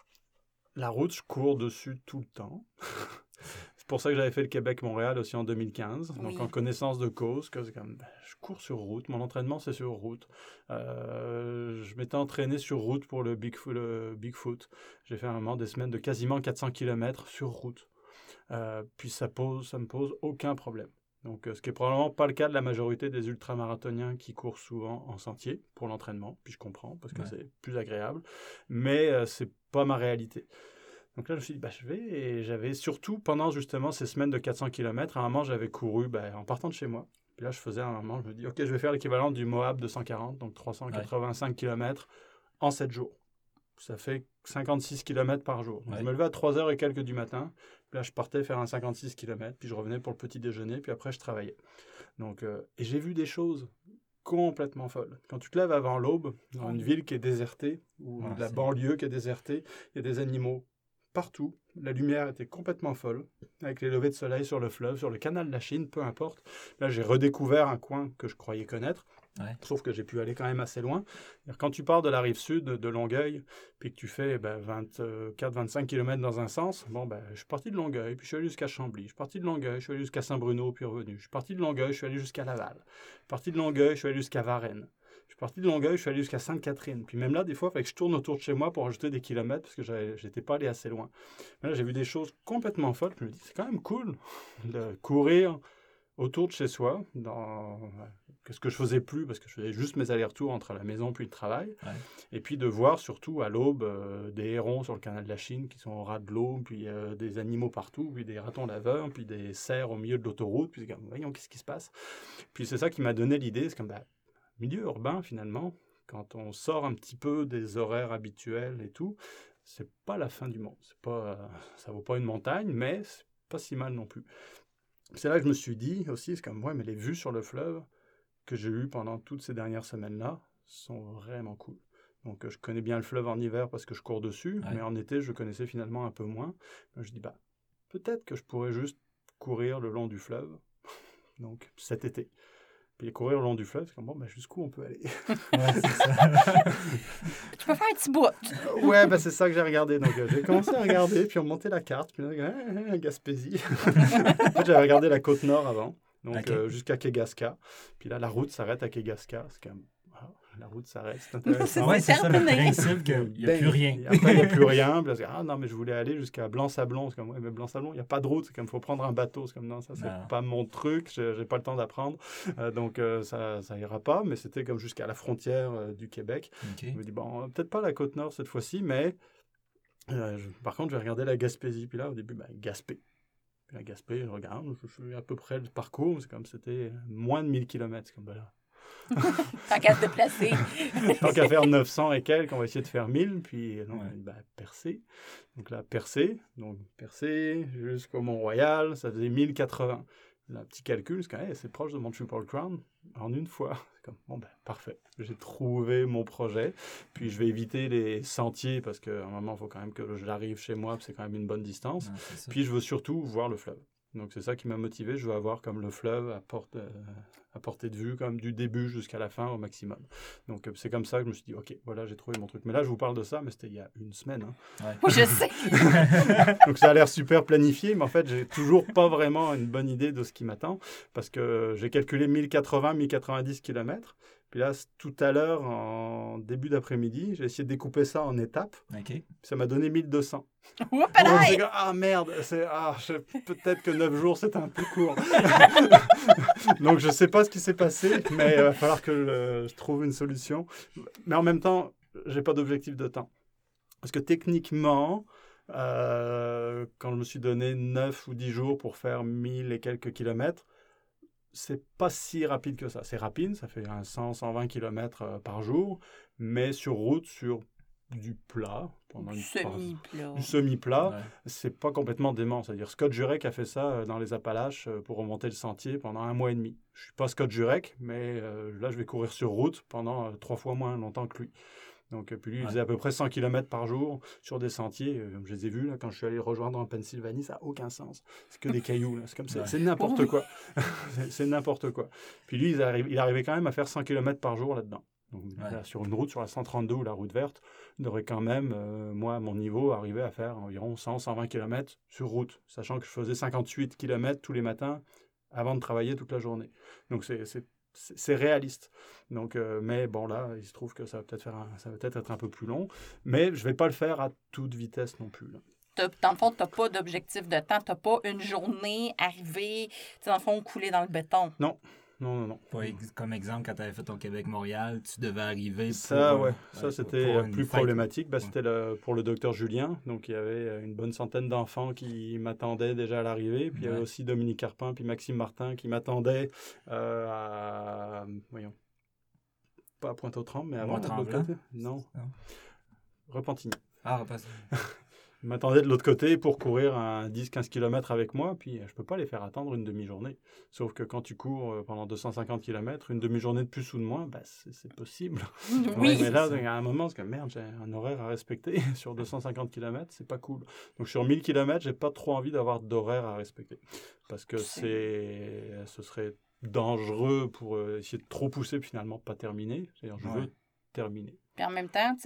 la route, je cours dessus tout le temps. C'est pour ça que j'avais fait le Québec-Montréal aussi en deux mille quinze. Oui. Donc, en connaissance de cause, que c'est comme, bah, je cours sur route. Mon entraînement, c'est sur route. Euh, je m'étais entraîné sur route pour le Bigfoot. Le Bigfoot. J'ai fait un moment des semaines de quasiment quatre cents kilomètres sur route. Euh, puis, ça pose, ça me pose aucun problème. Donc, euh, ce qui n'est probablement pas le cas de la majorité des ultramarathoniens qui courent souvent en sentier pour l'entraînement, puis je comprends, parce que ouais. c'est plus agréable, mais euh, c'est pas ma réalité. Donc là, je me suis dit, bah, je vais, et j'avais surtout, pendant justement ces semaines de quatre cents kilomètres, à un moment, j'avais couru ben, en partant de chez moi, puis là, je faisais un moment, je me dis, OK, je vais faire l'équivalent du Moab deux cent quarante, donc trois cent quatre-vingt-cinq ouais. kilomètres en sept jours. Ça fait cinquante-six kilomètres par jour. Donc, ouais. je me levais à trois heures et quelques du matin. Puis là, je partais faire un cinquante-six kilomètres. Puis je revenais pour le petit déjeuner. Puis après, je travaillais. Donc, euh, et j'ai vu des choses complètement folles. Quand tu te lèves avant l'aube, dans une ville qui est désertée, ou ouais, la c'est... banlieue qui est désertée, il y a des animaux partout. La lumière était complètement folle, avec les levées de soleil sur le fleuve, sur le canal de la Chine, peu importe. Là, j'ai redécouvert un coin que je croyais connaître. Ouais. Sauf que j'ai pu aller quand même assez loin. Quand tu pars de la rive sud de Longueuil, puis que tu fais ben, vingt-quatre à vingt-cinq kilomètres dans un sens, bon, ben, je suis parti de Longueuil, puis je suis allé jusqu'à Chambly. Je suis parti de Longueuil, je suis allé jusqu'à Saint-Bruno, puis revenu. Je suis parti de Longueuil, je suis allé jusqu'à Laval. Je suis parti de Longueuil, je suis allé jusqu'à Varennes. Je suis parti de Longueuil, je suis allé jusqu'à Sainte-Catherine. Puis même là, des fois, il fallait que je tourne autour de chez moi pour ajouter des kilomètres, parce que je n'étais pas allé assez loin. Mais là, j'ai vu des choses complètement folles. Je me dis, c'est quand même cool de courir autour de chez soi, dans... ce que je faisais plus, parce que je faisais juste mes allers-retours entre la maison puis le travail, Ouais. et puis de voir surtout à l'aube euh, des hérons sur le canal de la Chine qui sont au ras de l'eau, puis euh, des animaux partout, puis des ratons laveurs, puis des cerfs au milieu de l'autoroute, puis c'est comme, voyons, qu'est-ce qui se passe? Puis c'est ça qui m'a donné l'idée, c'est comme, bah, milieu urbain finalement, quand on sort un petit peu des horaires habituels et tout, c'est pas la fin du monde, c'est pas, euh, ça vaut pas une montagne, mais c'est pas si mal non plus. C'est là que je me suis dit aussi, c'est comme, ouais, mais les vues sur le fleuve que j'ai eues pendant toutes ces dernières semaines-là sont vraiment cool. Donc, je connais bien le fleuve en hiver parce que je cours dessus, Ouais. mais en été, je connaissais finalement un peu moins. Donc, je dis, bah, peut-être que je pourrais juste courir le long du fleuve, donc cet été. Puis courir le long du fleuve, c'est comme, bon, ben, jusqu'où on peut aller? Ouais, c'est ça. Tu peux faire un petit bout. Ouais, ben, c'est ça que j'ai regardé. Donc, euh, j'ai commencé à regarder, puis on montait la carte, puis là, ah, Gaspésie. En fait, j'avais regardé la côte nord avant, donc Ok. euh, jusqu'à Kegaska. Puis là, la route s'arrête à Kegaska. C'est comme, ah, la route s'arrête, c'est intéressant. Ouais, c'est ça le terminé. principe qu'il n'y a Ben, plus rien. Après, il n'y a plus rien. Puis là, c'est, ah non, mais je voulais aller jusqu'à Blanc-Sablon. C'est comme, ouais, mais Blanc-Sablon, il n'y a pas de route. C'est comme, il faut prendre un bateau. C'est comme, non, ça, c'est Non. pas mon truc. Je n'ai pas le temps d'apprendre. Euh, donc, euh, ça ça ira pas. Mais c'était comme jusqu'à la frontière euh, du Québec. Ok. Je me dis, bon, peut-être pas la Côte-Nord cette fois-ci, mais euh, je- par contre, je vais regarder la Gaspésie. Puis là, au début, ben, Gaspé. Puis la Gaspé, je regarde, je fais à peu près le parcours. C'est comme, c'était moins de mille kilomètres. C'est comme, ben là, Tant qu'à se déplacer. tant qu'à faire neuf cents et quelques, on va essayer de faire mille, puis non, Ouais. bah, Percé. Donc là, Percé, donc Percé jusqu'au Mont-Royal, ça faisait mille quatre-vingts. Là, petit calcul, c'est quand même, c'est proche de mon Triple Crown en une fois. C'est comme, bon, ben, parfait. J'ai trouvé mon projet, puis je vais éviter les sentiers, parce qu'à un moment, il faut quand même que j'arrive chez moi, puis c'est quand même une bonne distance. Ouais, c'est ça. Puis je veux surtout voir le fleuve. Donc c'est ça qui m'a motivé. Je veux avoir comme le fleuve à, porte, euh, à portée de vue, comme du début jusqu'à la fin au maximum. Donc euh, c'est comme ça que je me suis dit, ok, voilà, j'ai trouvé mon truc. Mais là, je vous parle de ça, mais c'était il y a une semaine. Hein. Ouais. Oui, je sais. Donc ça a l'air super planifié, mais en fait, j'ai toujours pas vraiment une bonne idée de ce qui m'attend, parce que j'ai calculé mille quatre-vingts, mille quatre-vingt-dix kilomètres. Puis là, c- tout à l'heure, en début d'après-midi, j'ai essayé de découper ça en étapes. OK. Puis ça m'a donné mille deux cents. Oups, Donc, c'est là! comme, ah merde, c'est, ah, je- peut-être que neuf jours, c'est un peu court. Donc je sais pas ce qui s'est passé, mais il va falloir que je, je trouve une solution. Mais en même temps, j'ai pas d'objectif de temps. Parce que techniquement, euh, quand je me suis donné neuf ou dix jours pour faire mille et quelques kilomètres, c'est pas si rapide que ça. C'est rapide, ça fait un cent à cent vingt kilomètres euh, par jour, mais sur route, sur du plat, pendant une Semi-plat. du semi-plat, Ouais. c'est pas complètement dément. C'est-à-dire Scott Jurek a fait ça euh, dans les Appalaches euh, pour remonter le sentier pendant un mois et demi. Je suis pas Scott Jurek, mais euh, là, je vais courir sur route pendant euh, trois fois moins longtemps que lui. Donc, euh, puis lui, il Ouais. faisait à peu près cent kilomètres par jour sur des sentiers. Euh, je les ai vus là, quand je suis allé le rejoindre en Pennsylvanie, ça n'a aucun sens. C'est que des cailloux. Là. C'est comme ça. Ouais. C'est n'importe Oui. quoi. c'est, c'est n'importe quoi. Puis lui, il, arrive, il arrivait quand même à faire cent kilomètres par jour là-dedans. Donc, Ouais. là, sur une route, sur la cent trente-deux ou la route verte, il devrait quand même, euh, moi, à mon niveau, arriver à faire environ cent à cent vingt kilomètres sur route, sachant que je faisais cinquante-huit kilomètres tous les matins avant de travailler toute la journée. Donc, c'est, c'est, c'est, c'est réaliste. Donc, euh, mais bon, là, il se trouve que ça va peut-être, faire un- ça va peut-être être un peu plus long, mais je ne vais pas le faire à toute vitesse non plus. Là. T'as- Dans le fond, tu n'as pas d'objectif de temps. Tu n'as pas une journée arrivée, tu sais, dans le fond, coulée dans le béton. Non, non, non, non. Pas ex- Comme exemple, quand tu avais fait ton Québec-Montréal, tu devais arriver pour... Ça, euh, ouais, ouais, ça c'était pour euh, une plus fête. problématique. Bah, Ouais. C'était le- pour le docteur Julien. Donc, il y avait euh, une bonne centaine d'enfants qui m'attendaient déjà à l'arrivée. Puis, il y avait Ouais. aussi Dominique Carpin puis Maxime Martin qui m'attendaient euh, à... Voyons. Pas à Pointe-aux-Trembles, mais avant. de l'autre Mont-Tremblant? côté. Non. Non. Repentigny. Ah, parce... Ils m'attendaient de l'autre côté pour courir un dix à quinze kilomètres avec moi, puis euh, je peux pas les faire attendre une demi-journée. Sauf que quand tu cours euh, pendant deux cent cinquante kilomètres, une demi-journée de plus ou de moins, bah, c'est, c'est possible. Oui. mais là, c'est ça. il y a un moment, c'est que merde, j'ai un horaire à respecter sur deux cent cinquante kilomètres, c'est pas cool. Donc sur mille kilomètres, j'ai pas trop envie d'avoir d'horaire à respecter. Parce que c'est, ce serait dangereux pour euh, essayer de trop pousser, puis finalement pas terminer. C'est-à-dire, je Ouais. veux terminer. Puis en même temps, tu sais,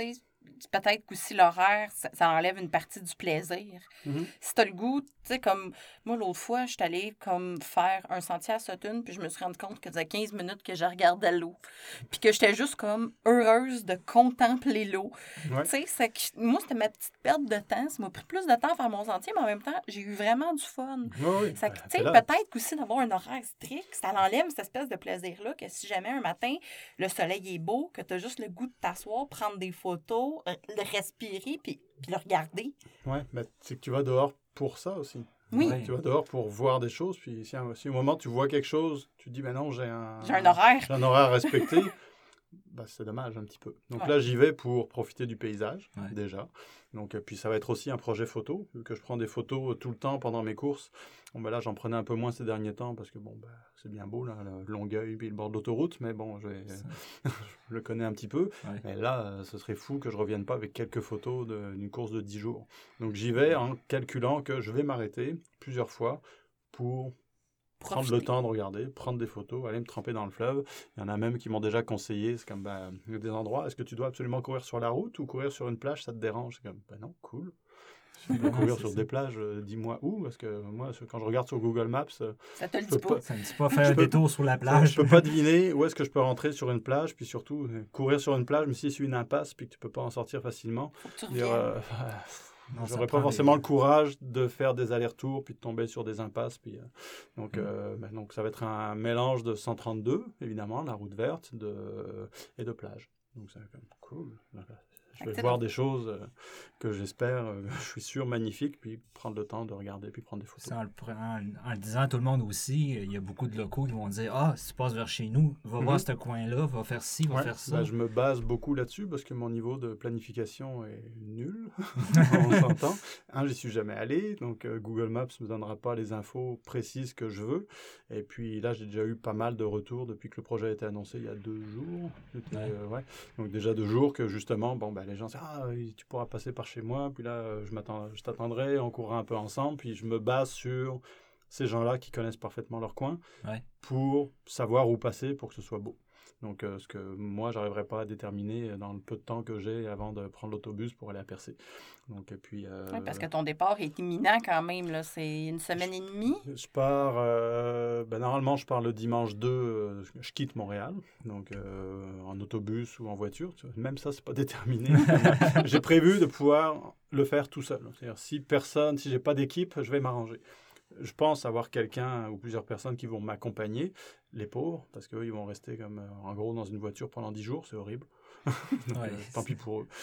peut-être qu'aussi l'horaire, ça, ça enlève une partie du plaisir. Mhm. Si t'as le goût, tu sais, comme moi, l'autre fois, je suis allée comme faire un sentier à Sutton, puis je me suis rendu compte que ça faisait quinze minutes que je regardais l'eau. Puis que j'étais juste comme heureuse de contempler l'eau. Ouais. Tu sais, c'est que moi, c'était ma petite perte de temps. Ça m'a pris plus de temps à faire mon sentier, mais en même temps, j'ai eu vraiment du fun. Oui, oui. Ça, Ben, tu sais, t'es là. peut-être qu'aussi d'avoir un horaire strict, ça l'enlève cette espèce de plaisir-là, que si jamais un matin, le soleil est beau, que tu as juste le goût de t'asseoir, prendre des photos, euh, le respirer, puis, puis le regarder. Oui, mais c'est que tu vas dehors pour ça aussi. Oui. Ouais. Tu vas dehors pour voir des choses, puis si, si au moment tu vois quelque chose, tu te dis, ben non, j'ai un, J'ai un horaire. j'ai un horaire à respecter, ben, c'est dommage un petit peu. Donc Ouais. là, j'y vais pour profiter du paysage, Ouais. déjà. Donc, euh, puis ça va être aussi un projet photo, vu que je prends des photos tout le temps pendant mes courses. Bon, ben là, j'en prenais un peu moins ces derniers temps, parce que bon, ben, c'est bien beau, là, le Longueuil, puis le bord de l'autoroute, mais bon, je, vais- Ça. je le connais un petit peu. Ouais. Mais là, euh, ce serait fou que je revienne pas avec quelques photos de- d'une course de dix jours. Donc j'y vais en calculant que je vais m'arrêter plusieurs fois pour prendre le Profiter. temps de regarder, prendre des photos, aller me tremper dans le fleuve. Il y en a même qui m'ont déjà conseillé, c'est comme, ben, il y a des endroits, est-ce que tu dois absolument courir sur la route ou courir sur une plage, ça te dérange? C'est comme, ben non, cool. Si tu dois Ouais, courir c'est sur ça. des plages, euh, dis-moi où, parce que moi, quand je regarde sur Google Maps, euh, Ça te le Je dit peux pas. pas. Ça ne dit pas faire Je un peux- détour sur la je plage. peux pas deviner où est-ce que je peux rentrer sur une plage, puis surtout, euh, courir sur une plage, mais si c'est une impasse, puis que tu peux pas en sortir facilement, Faut que tu dire, reviennes. euh, Non, ça j'aurais prend pas forcément des- le courage de faire des allers-retours puis de tomber sur des impasses. Puis, euh, donc, Mm. euh, ben, donc, ça va être un mélange de cent trente-deux, évidemment, la route verte de, et de plage. Donc, c'est quand même cool. Je vais Fait que voir t'es- des choses euh, que j'espère, euh, je suis sûr, magnifiques, puis prendre le temps de regarder, puis prendre des photos. Ça, en, le prenant- en le disant à tout le monde aussi, il y a beaucoup de locaux qui vont dire Ah, si tu passes vers chez nous, va Mhm. voir ce coin-là, va faire ci, va Ouais, faire ça. ben, je me base beaucoup là-dessus parce que mon niveau de planification est nul, on s'entend. Un, j'y suis jamais allé, donc euh, Google Maps ne me donnera pas les infos précises que je veux. Et puis là, j'ai déjà eu pas mal de retours depuis que le projet a été annoncé il y a deux jours. C'était, Ouais. euh, ouais. Donc déjà deux jours que justement, bon, ben, les gens disent ah, tu pourras passer par chez moi, puis là, euh, je, m'attends, je t'attendrai, on courra un peu ensemble, puis je me base sur ces gens-là qui connaissent parfaitement leur coin Ouais. pour savoir où passer pour que ce soit beau. Donc, euh, ce que moi, j'arriverai pas à déterminer dans le peu de temps que j'ai avant de prendre l'autobus pour aller à Percé. Donc, et puis... euh, Oui, parce que ton départ est imminent quand même. Là. C'est une semaine et demie. Je pars... euh, ben, normalement, je pars le dimanche deux. euh, je quitte Montréal, donc euh, en autobus ou en voiture. Tu vois. Même ça, c'est pas déterminé. J'ai prévu de pouvoir le faire tout seul. C'est-à-dire, si personne, si j'ai pas d'équipe, je vais m'arranger. Je pense avoir quelqu'un ou plusieurs personnes qui vont m'accompagner, les pauvres, parce qu'eux, ils vont rester comme, euh, en gros, dans une voiture pendant dix jours, c'est horrible. Donc, Ouais, euh, tant c'est- pis pour eux.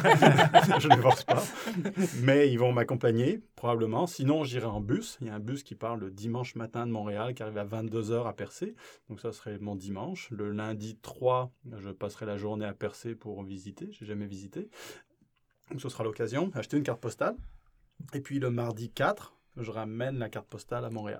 Je ne les force pas. Mais ils vont m'accompagner, probablement. Sinon, j'irai en bus. Il y a un bus qui part le dimanche matin de Montréal, qui arrive à vingt-deux heures à Percé. Donc ça serait mon dimanche. Le lundi trois, je passerai la journée à Percé pour visiter. Je n'ai jamais visité. Donc ce sera l'occasion. Acheter une carte postale. Et puis le mardi quatre, je ramène la carte postale à Montréal.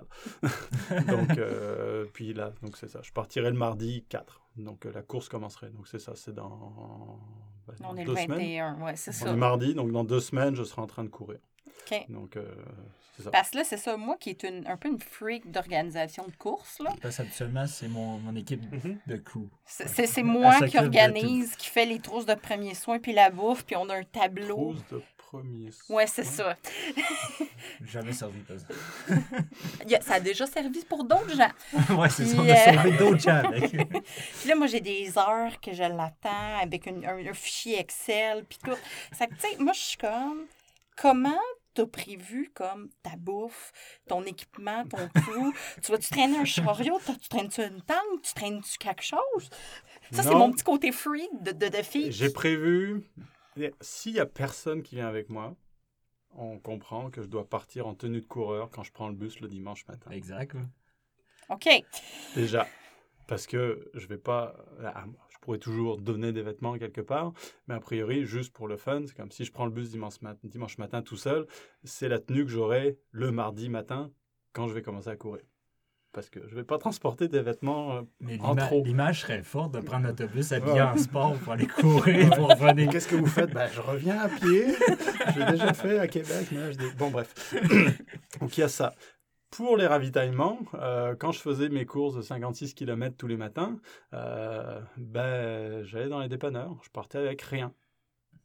donc, euh, puis là, donc c'est ça. Je partirai le mardi quatre. Donc, euh, la course commencerait. Donc, c'est ça. C'est dans, ben, dans On est le deux semaines. vingt et un. Oui, c'est On ça. est mardi. Donc, dans deux semaines, je serai en train de courir. OK. Donc, euh, c'est ça. Parce que là, c'est ça. Moi qui est une, un peu une freak d'organisation de course, là. Parce qu'habituellement, c'est mon, mon équipe Mhm. de crew. C'est, c'est, c'est Elle moi s'occupe qui de organise, qui fait les trousses de premiers soins, puis la bouffe, puis on a un tableau. Cruise de premier. Ouais, c'est ça. Jamais servi, par exemple. Il y a- ça a déjà servi pour d'autres gens. ouais, c'est ça. On Puis, a euh, sauvé d'autres gens avec. Puis là, moi, j'ai des heures que je l'attends avec une- un, un fichier Excel, puis tout. Ça, tu sais, moi, je suis comme, comment t'as prévu comme ta bouffe, ton équipement, ton crew? Tu vas-tu traîner un chariot? T'as- Tu traînes-tu une tente? Tu traînes-tu quelque chose? Ça, c'est Non. mon petit côté freak de, de, de fille. J'ai prévu, s'il n'y a personne qui vient avec moi, on comprend que je dois partir en tenue de coureur quand je prends le bus le dimanche matin. Exact. ouais. OK. Déjà, parce que je vais pas... ah, Je pourrais toujours donner des vêtements quelque part, mais a priori, juste pour le fun, c'est comme si je prends le bus dimanche matin, dimanche matin tout seul, c'est la tenue que j'aurai le mardi matin quand je vais commencer à courir. Parce que je ne vais pas transporter des vêtements euh, Mais en l'ima- trop. l'image serait forte de prendre l'autobus habillé Ouais. en sport pour aller courir, pour revenir. Qu'est-ce que vous faites? Ben, je reviens à pied. Je l'ai déjà fait à Québec. Mais là, je dis... Bon, bref. Donc, il y a ça. Pour les ravitaillements, euh, quand je faisais mes courses de cinquante-six kilomètres tous les matins, euh, ben, j'allais dans les dépanneurs. Je partais avec rien.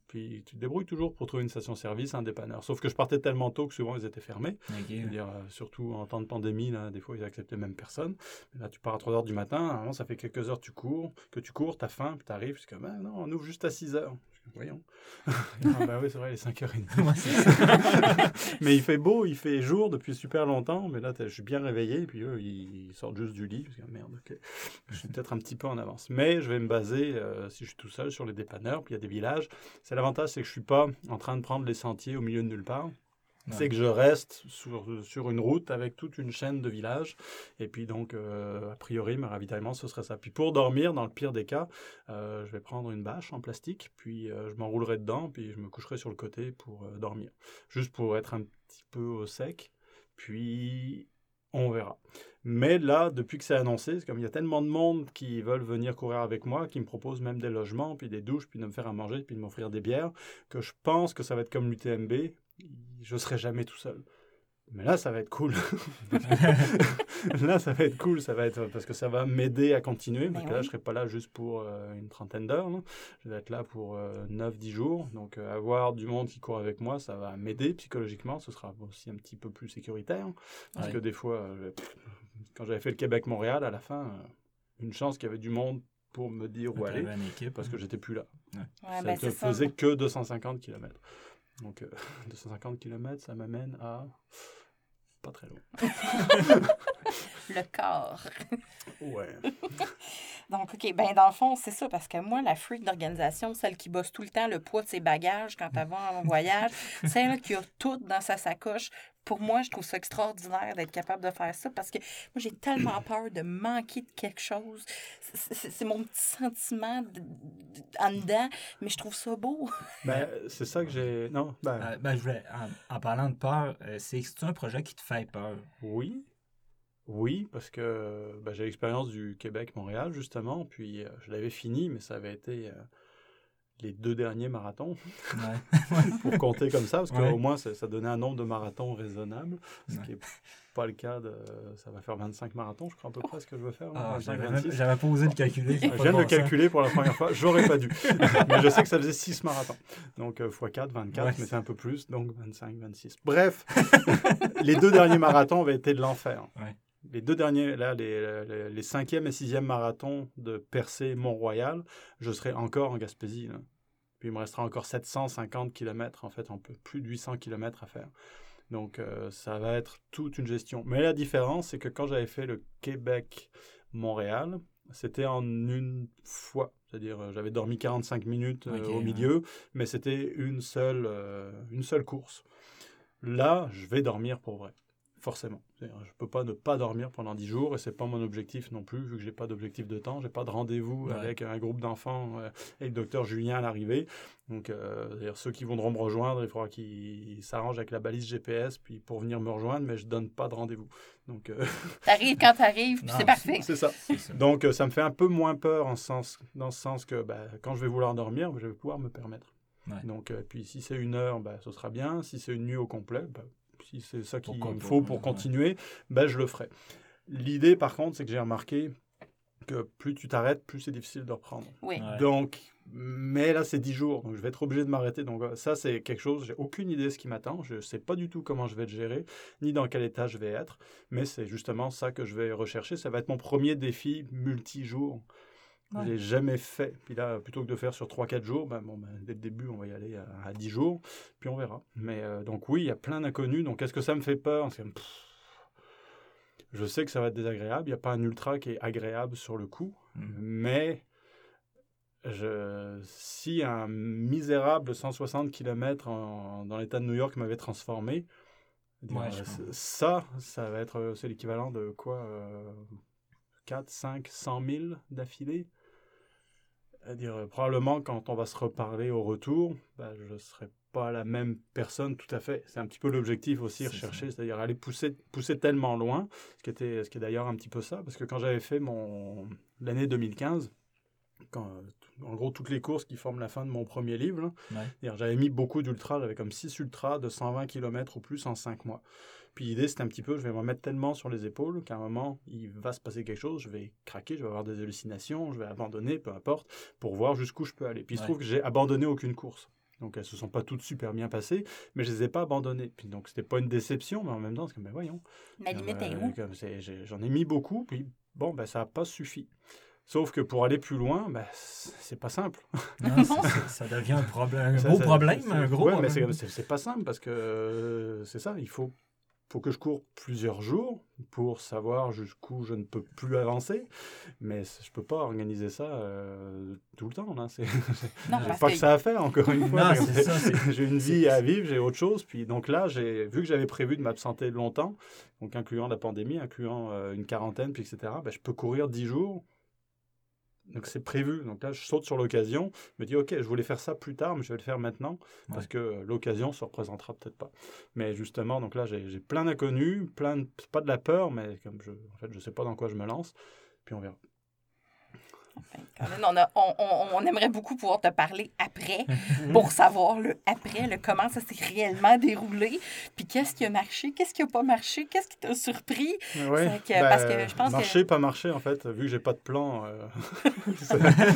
Puis tu te débrouilles toujours pour trouver une station-service, un dépanneur. Sauf que je partais tellement tôt que souvent ils étaient fermés. Ok. Je veux dire, euh, surtout en temps de pandémie, là, des fois ils acceptaient même personne. Mais là, tu pars à trois heures du matin, à un moment, ça fait quelques heures tu cours, que tu cours, t'as faim, puis t'arrives, puis c'est comme, ah, non, on ouvre juste à six heures. Voyons. ah, ben oui, c'est vrai, il est cinq heures trente. Ouais, c'est ça. Mais il fait beau, il fait jour depuis super longtemps, mais là, je suis bien réveillé, puis eux, ils sortent juste du lit. Je dis, merde, ok. Je suis peut-être un petit peu en avance. Mais je vais me baser, euh, si je suis tout seul, sur les dépanneurs, puis il y a des villages. C'est l'avantage, c'est que je suis pas en train de prendre les sentiers au milieu de nulle part. Ouais. C'est que je reste sur, sur une route avec toute une chaîne de villages. Et puis donc, euh, a priori, mon ravitaillement, ce serait ça. Puis pour dormir, dans le pire des cas, euh, je vais prendre une bâche en plastique, puis euh, je m'enroulerai dedans, puis je me coucherai sur le côté pour euh, dormir. Juste pour être un petit peu au sec. Puis on verra. Mais là, depuis que c'est annoncé, c'est comme il y a tellement de monde qui veulent venir courir avec moi, qui me proposent même des logements, puis des douches, puis de me faire à manger, puis de m'offrir des bières, que je pense que ça va être comme l'U T M B. Je serai jamais tout seul. Mais là, ça va être cool. là, ça va être cool. Ça va être, parce que ça va m'aider à continuer. Parce que là, je ne serai pas là juste pour euh, une trentaine d'heures. Là. Je vais être là pour euh, neuf dix jours. Donc, euh, avoir du monde qui court avec moi, ça va m'aider psychologiquement. Ce sera aussi un petit peu plus sécuritaire. Parce ouais. que des fois, euh, quand j'avais fait le Québec-Montréal, à la fin, euh, une chance qu'il y avait du monde pour me dire où aller. Équipe, parce que je n'étais plus là. Ouais. Ça Ouais, ben, ne faisait que deux cent cinquante kilomètres. Donc, euh, deux cent cinquante kilomètres, ça m'amène à... Pas très loin. Le corps. Ouais. Donc, OK, ben dans le fond, c'est ça, parce que moi, la freak d'organisation, celle qui bosse tout le temps le poids de ses bagages quand elle va en voyage, celle qui a tout dans sa sacoche, pour moi, je trouve ça extraordinaire d'être capable de faire ça, parce que moi, j'ai tellement peur de manquer de quelque chose. C'est, c'est mon petit sentiment de, de, en dedans, mais je trouve ça beau. Ben, c'est ça que j'ai... Non, ben... Euh, ben je voulais... En, en parlant de peur, euh, c'est, c'est un projet qui te fait peur? Oui. Oui, parce que ben, j'ai l'expérience du Québec-Montréal, justement, puis euh, je l'avais fini, mais ça avait été... Euh... les deux derniers marathons, ouais. pour compter comme ça, parce qu'au ouais. moins, ça, ça donnait un nombre de marathons raisonnable, ce ouais. qui n'est pas le cas de... Ça va faire vingt-cinq marathons, je crois, à peu près, ce que je veux faire. Ah, vingt-cinq, j'avais, vingt-six. J'avais pas osé le calculer. Je viens de le calculer pour la première fois. J'aurais pas dû. Mais je sais que ça faisait six marathons. Donc, euh, fois quatre, vingt-quatre, ouais. mais c'est un peu plus, donc vingt-cinq, vingt-six. Bref, les deux derniers marathons avaient été de l'enfer. Ouais. Les deux derniers, là, les, les, les cinquième et sixième marathons de Percé Mont-Royal, je serai encore en Gaspésie. Là. Puis il me restera encore sept cent cinquante kilomètres, en fait, un peu plus de huit cents kilomètres à faire. Donc, euh, ça va être toute une gestion. Mais la différence, c'est que quand j'avais fait le Québec-Montréal, c'était en une fois. C'est-à-dire, j'avais dormi quarante-cinq minutes euh, okay, au milieu, ouais. mais c'était une seule, euh, une seule course. Là, je vais dormir pour vrai. Forcément. C'est-à-dire, je ne peux pas ne pas dormir pendant dix jours et ce n'est pas mon objectif non plus, vu que je n'ai pas d'objectif de temps. Je n'ai pas de rendez-vous ouais. avec un groupe d'enfants euh, et le docteur Julien à l'arrivée. Donc, euh, ceux qui voudront me rejoindre, il faudra qu'ils s'arrangent avec la balise G P S puis pour venir me rejoindre, mais je ne donne pas de rendez-vous. Donc, euh... t'arrives quand t'arrives, puis c'est parfait. C'est ça. c'est ça. Donc, euh, ça me fait un peu moins peur en sens, dans ce sens que ben, quand je vais vouloir dormir, je vais pouvoir me permettre. Ouais. Donc, euh, puis si c'est une heure, ben, ce sera bien. Si c'est une nuit au complet, ben, si c'est ça qu'il me faut pour continuer, ouais. ben, je le ferai. L'idée, par contre, c'est que j'ai remarqué que plus tu t'arrêtes, plus c'est difficile de reprendre. Oui. Ouais. Donc, mais là, c'est dix jours, donc je vais être obligé de m'arrêter. Donc ça, c'est quelque chose, j'ai aucune idée de ce qui m'attend. Je ne sais pas du tout comment je vais le gérer, ni dans quel état je vais être. Mais c'est justement ça que je vais rechercher. Ça va être mon premier défi multi-jour. Ouais. Je l'ai jamais fait. Puis là, plutôt que de faire sur trois quatre jours, ben, bon, ben, dès le début, on va y aller à, à dix jours, puis on verra. Mais euh, donc oui, il y a plein d'inconnus. Donc est-ce que ça me fait peur? C'est, pff, je sais que ça va être désagréable. Il n'y a pas un ultra qui est agréable sur le coup. Mmh. Mais je, si un misérable cent soixante kilomètres en, dans l'État de New York m'avait transformé, ouais, euh, ça, ça va être, c'est l'équivalent de quoi euh, quatre, cinq, cent mille d'affilée. C'est-à-dire, euh, probablement, quand on va se reparler au retour, ben, je ne serai pas la même personne tout à fait. C'est un petit peu l'objectif aussi, c'est rechercher, ça. C'est-à-dire aller pousser, pousser tellement loin, ce qui, était, ce qui est d'ailleurs un petit peu ça, parce que quand j'avais fait mon, l'année deux mille quinze, quand, en gros, toutes les courses qui forment la fin de mon premier livre, là, ouais. j'avais mis beaucoup d'ultras, j'avais comme six ultras de cent vingt kilomètres ou plus en cinq mois. Puis l'idée, c'était un petit peu, je vais me mettre tellement sur les épaules qu'à un moment, il va se passer quelque chose, je vais craquer, je vais avoir des hallucinations, je vais abandonner, peu importe, pour voir jusqu'où je peux aller. Puis il se ouais. trouve que j'ai abandonné aucune course. Donc, elles ne se sont pas toutes super bien passées, mais je ne les ai pas abandonnées. Puis, donc, ce n'était pas une déception, mais en même temps, c'est comme, ben voyons. La limite euh, est où? Comme c'est, j'ai, j'en ai mis beaucoup, puis bon, ben, ça n'a pas suffi. Sauf que pour aller plus loin, ben, c'est pas simple. Non, ça, ça, ça devient un, problème, un Ça, gros ça, problème, c'est, un gros ouais, problème. mais c'est, c'est, c'est pas simple parce que euh, c'est ça, il faut, faut que je cours plusieurs jours pour savoir jusqu'où je ne peux plus avancer. Mais je peux pas organiser ça euh, tout le temps. Là. C'est, Non, j'ai parce pas que... que ça à faire, encore une fois. Non, c'est ça, c'est... J'ai une vie à vivre, j'ai autre chose. Puis donc là, j'ai, vu que j'avais prévu de m'absenter longtemps, donc incluant la pandémie, incluant euh, une quarantaine, puis et cetera, ben, je peux courir dix jours. Donc, c'est prévu. Donc là, je saute sur l'occasion. Je me dis, OK, je voulais faire ça plus tard, mais je vais le faire maintenant parce Ouais. que euh, l'occasion ne se représentera peut-être pas. Mais justement, donc là, j'ai, j'ai plein d'inconnus, plein de, pas de la peur, mais comme je, en fait, je ne sais pas dans quoi je me lance. Puis on verra. Enfin, Colin, on, a, on, on, on aimerait beaucoup pouvoir te parler après pour savoir le après, le comment ça s'est réellement déroulé, puis qu'est-ce qui a marché, qu'est-ce qui n'a pas marché, qu'est-ce qui t'a surpris. Ouais, C'est que- parce que je pense marcher, que- pas marcher, en fait, vu que j'ai pas de plan, euh, c'est-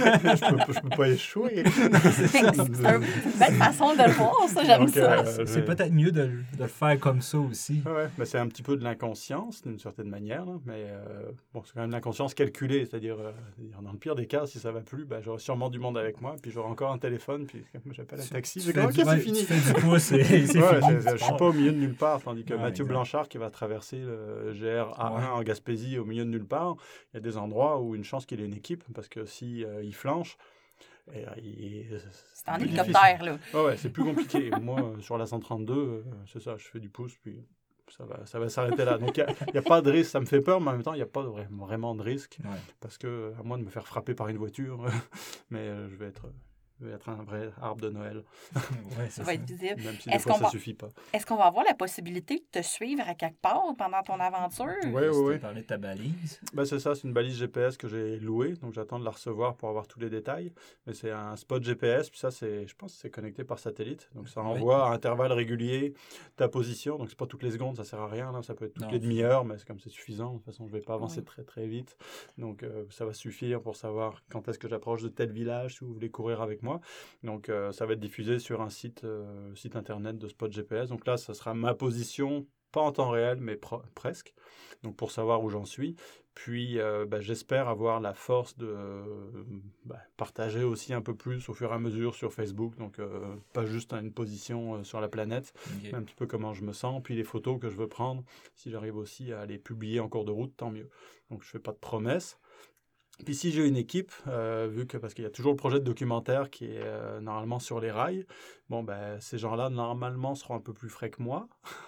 je, peux, je peux pas échouer. C'est c'est un- une belle façon de le voir, ça, j'aime Donc, ça. euh, C'est, je c'est vais- peut-être mieux de, de le faire comme ça aussi. Ouais, mais c'est un petit peu de l'inconscience, d'une certaine manière. Là. Mais euh, bon, c'est quand même de l'inconscience calculée. C'est-à-dire, euh, dans le pire des cas, si ça va plus, ben, j'aurai sûrement du monde avec moi. Puis j'aurai encore un téléphone. Puis moi, j'appelle un taxi. Tu C'est fais comme, du- OK, ouais, c'est fini. Tu fais du pouce et c'est Ouais, fini. c'est- je suis pas au milieu de nulle part. Tandis que Ouais, Mathieu exact. Blanchard, qui va traverser le G R A un Ouais. en Gaspésie au milieu de nulle part, il y a des endroits où une chance qu'il ait une équipe. Parce que si euh, il flanche, et, euh, il- C'est en plus hélicoptère, là. Ouais, ouais, c'est plus compliqué. Moi, euh, sur la cent trente-deux, euh, c'est ça, je fais du pouce, puis ça va, ça va s'arrêter là. Donc, il n'y a, a pas de risque. Ça me fait peur, mais en même temps, il n'y a pas de vra- vraiment de risque. Ouais. Parce que, à moins de me faire frapper par une voiture, mais euh, je vais être... Je vais être un vrai arbre de Noël, Ouais, c'est Ça ça. va être visible. même si des Est-ce fois, qu'on ça va- suffit pas. Est-ce qu'on va avoir la possibilité de te suivre à quelque part pendant ton aventure? Oui, Tu oui, t'es oui. parlé de ta balise. Ben, c'est ça, c'est une balise G P S que j'ai louée, donc j'attends de la recevoir pour avoir tous les détails. Mais c'est un spot G P S, puis ça, c'est, je pense que c'est connecté par satellite. Donc ça Oui. envoie à intervalles réguliers ta position. Donc c'est pas toutes les secondes, ça sert à rien. Là. Ça peut être toutes Non, les c'est- demi-heures, mais c'est comme c'est suffisant. De toute façon, je vais pas avancer Oui. très très vite. Donc euh, ça va suffire pour savoir quand est-ce que j'approche de tel village, si vous voulez courir avec moi. Donc euh, ça va être diffusé sur un site, euh, site internet de spot G P S. Donc là, ça sera ma position, pas en temps réel, mais pro- presque. Donc pour savoir où j'en suis. Puis euh, bah, j'espère avoir la force de euh, bah, partager aussi un peu plus au fur et à mesure sur Facebook. Donc euh, pas juste une position euh, sur la planète, Ok. mais un petit peu comment je me sens. Puis les photos que je veux prendre, si j'arrive aussi à les publier en cours de route, tant mieux. Donc je fais pas de promesses. Puis si j'ai une équipe, euh, vu que parce qu'il y a toujours le projet de documentaire qui est euh, normalement sur les rails, bon ben ces gens-là normalement seront un peu plus frais que moi,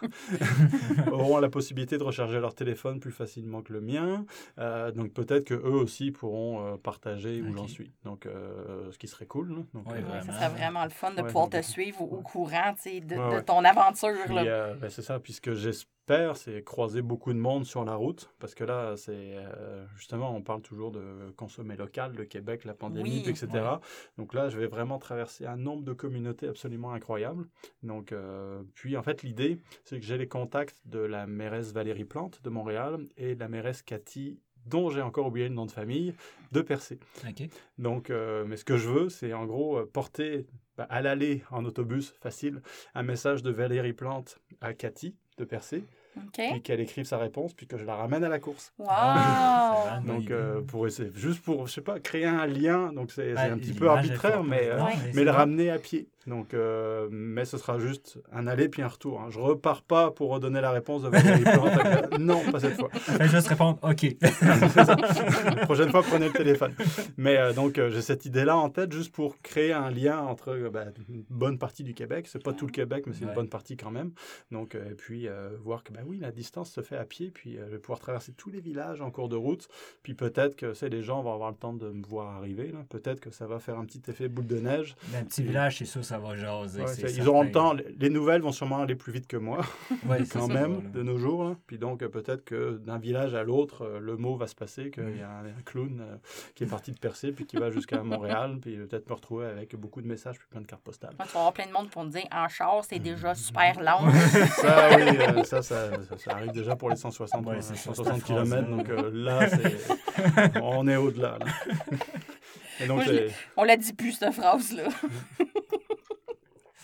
auront la possibilité de recharger leur téléphone plus facilement que le mien, euh, donc peut-être que eux aussi pourront euh, partager où Ok. j'en suis. Donc euh, ce qui serait cool. Là. Donc, Ouais, euh, Ouais, vraiment. ça serait vraiment le fun de Ouais, pouvoir donc, te suivre au, au courant, tu sais, de, Ouais, de ouais. ton aventure. Puis, là. euh, ben, c'est ça, puisque j'espère, c'est croiser beaucoup de monde sur la route, parce que là, c'est euh, justement, on parle toujours de consommer local, le Québec, la pandémie, Oui, puis et cetera. Donc là, je vais vraiment traverser un nombre de communautés absolument incroyable. Donc, euh, puis en fait, l'idée, c'est que j'ai les contacts de la mairesse Valérie Plante de Montréal et de la mairesse Cathy, dont j'ai encore oublié le nom de famille, de Percé. OK. Donc, euh, mais ce que je veux, c'est en gros euh, porter bah, à l'aller en autobus, facile, un message de Valérie Plante à Cathy de Percé, OK? puis qu'elle écrive sa réponse, puis que je la ramène à la course. Wow! Ah, c'est vraiment- Donc, bonne euh, idée. pour essayer, juste pour, je sais pas, créer un lien, donc c'est c'est Ouais, un petit peu l'image est arbitraire, forte, mais, euh, non, Ouais. mais c'est le bon. ramener à pied. Donc, euh, mais ce sera juste un aller puis un retour. Hein. Je repars pas pour redonner la réponse de Valérie Plante. à- Non, pas cette fois. Fais juste répondre OK. C'est ça. La prochaine fois, prenez le téléphone. Mais euh, donc, euh, j'ai cette idée-là en tête juste pour créer un lien entre euh, bah, une bonne partie du Québec. C'est pas tout le Québec, mais c'est Ouais. une bonne partie quand même. Donc, euh, et puis, euh, voir que, bah oui, la distance se fait à pied. Puis, euh, je vais pouvoir traverser tous les villages en cours de route. Puis, peut-être que c'est les gens vont avoir le temps de me voir arriver. Là. Peut-être que ça va faire un petit effet boule de neige. Dans un petit village, c'est sûr, ça va jaser. Ouais, c'est c'est- ils certain. auront le temps. Les- Les nouvelles vont sûrement aller plus vite que moi. Ouais, c'est quand ça, même, voilà. de nos jours. Là. Puis donc, euh, peut-être que d'un village à l'autre, euh, le mot va se passer, qu'il Mm. y a un, un clown euh, qui est parti de Percé, puis qui va jusqu'à Montréal, puis peut-être me retrouver avec beaucoup de messages, puis plein de cartes postales. Moi, tu vas avoir plein de monde pour me dire en char, c'est déjà super long. Ça, oui, euh, ça, ça, ça, ça arrive déjà pour les cent soixante, Ouais, euh, c'est ça, cent soixante cette phrase-là. kilomètres, donc euh, là, c'est... on est au-delà. Là. Et donc, Moi, je c'est- On la dit plus, cette phrase-là.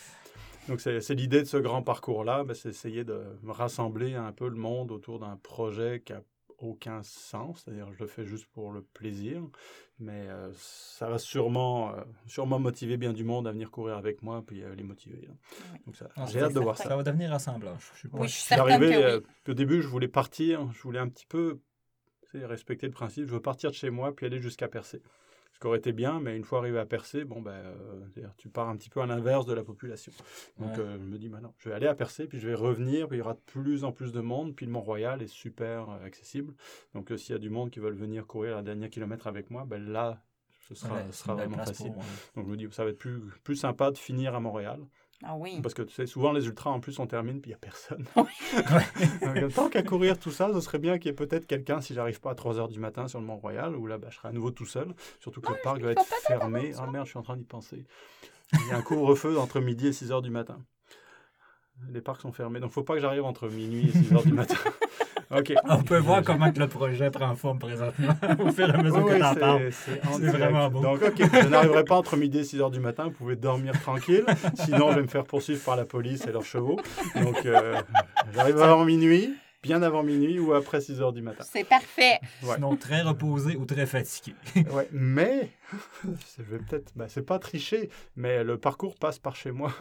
Donc, c'est, c'est l'idée de ce grand parcours-là, ben, c'est essayer de rassembler un peu le monde autour d'un projet qui n'a aucun sens. C'est-à-dire, je le fais juste pour le plaisir. Mais euh, ça va sûrement, euh, sûrement motiver bien du monde à venir courir avec moi, puis euh, les motiver. Hein. Oui. Donc, ça, Ah, j'ai c'est hâte de voir certain. ça. Ça va devenir assemblage. Je sais pas. Oui, je suis Je suis certaine arrivé, que oui. euh, au début, je voulais partir, je voulais un petit peu tu sais, respecter le principe, je veux partir de chez moi, puis aller jusqu'à Percé. Ce qui aurait été bien, mais une fois arrivé à Percé, bon, ben, euh, c'est-à-dire, tu pars un petit peu à l'inverse de la population. Donc, Ouais. euh, je me dis, bah non, je vais aller à Percé, puis je vais revenir, puis il y aura de plus en plus de monde, puis le Mont-Royal est super euh, accessible. Donc, euh, s'il y a du monde qui veulent venir courir la dernière kilomètre avec moi, ben là, ce sera, Ouais, ce c'est sera une belle vraiment place facile. pour, ouais. Donc, je me dis, ça va être plus, plus sympa de finir à Montréal. Ah oui. Parce que tu sais, souvent les ultras en plus on termine puis il n'y a personne. Oui. Donc, tant qu'à courir tout ça, ce serait bien qu'il y ait peut-être quelqu'un si j'arrive pas à trois heures du matin sur le Mont-Royal, où là bah, je serai à nouveau tout seul. Surtout que Ah, le parc il va faut être peut-être fermé. Ah merde, je suis en train d'y penser. Il y a un couvre-feu entre midi et six heures du matin. Les parcs sont fermés, donc il ne faut pas que j'arrive entre minuit et six heures du matin. OK. On peut voir comment que le projet prend forme présentement au fur et à mesure Oui, que tu en c'est- parles. c'est en C'est direct. vraiment beau. Donc, OK, je n'arriverai pas entre midi et six heures du matin. Vous pouvez dormir tranquille. Sinon, je vais me faire poursuivre par la police et leurs chevaux. Donc, euh, j'arrive avant minuit, bien avant minuit ou après six heures du matin. C'est parfait. Ouais. Sinon, très reposé ou très fatigué. Ouais, mais, je vais peut-être, bah, c'est pas tricher, mais le parcours passe par chez moi.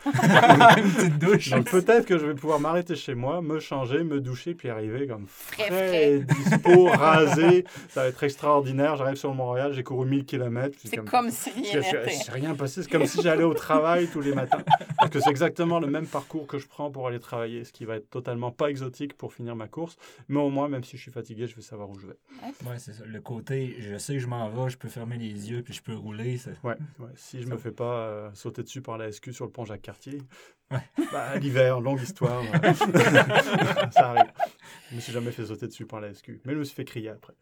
Une petite douche. Donc peut-être que je vais pouvoir m'arrêter chez moi, me changer, me doucher, puis arriver comme Frais, frais, dispo, rasé. Ça va être extraordinaire. J'arrive sur le Mont-Royal, j'ai couru mille kilomètres. C'est comme si rien Je- je- n'était. je- rien passé. C'est comme si j'allais au travail tous les matins. Parce que c'est exactement le même parcours que je prends pour aller travailler, ce qui va être totalement pas exotique pour finir ma course. Mais au moins, même si je suis fatigué, je vais savoir où je vais. Ouais, c'est ça. Le côté, je sais que je m'en vais, je peux fermer les yeux puis je peux rouler. C'est... Ouais, ouais. Si je me fais pas euh, sauter dessus par la S Q sur le pont Jacques-Cartier, Ouais. bah, l'hiver, longue histoire, euh, ça arrive. Je me suis jamais fait sauter dessus par la S Q, mais je me suis fait crier après.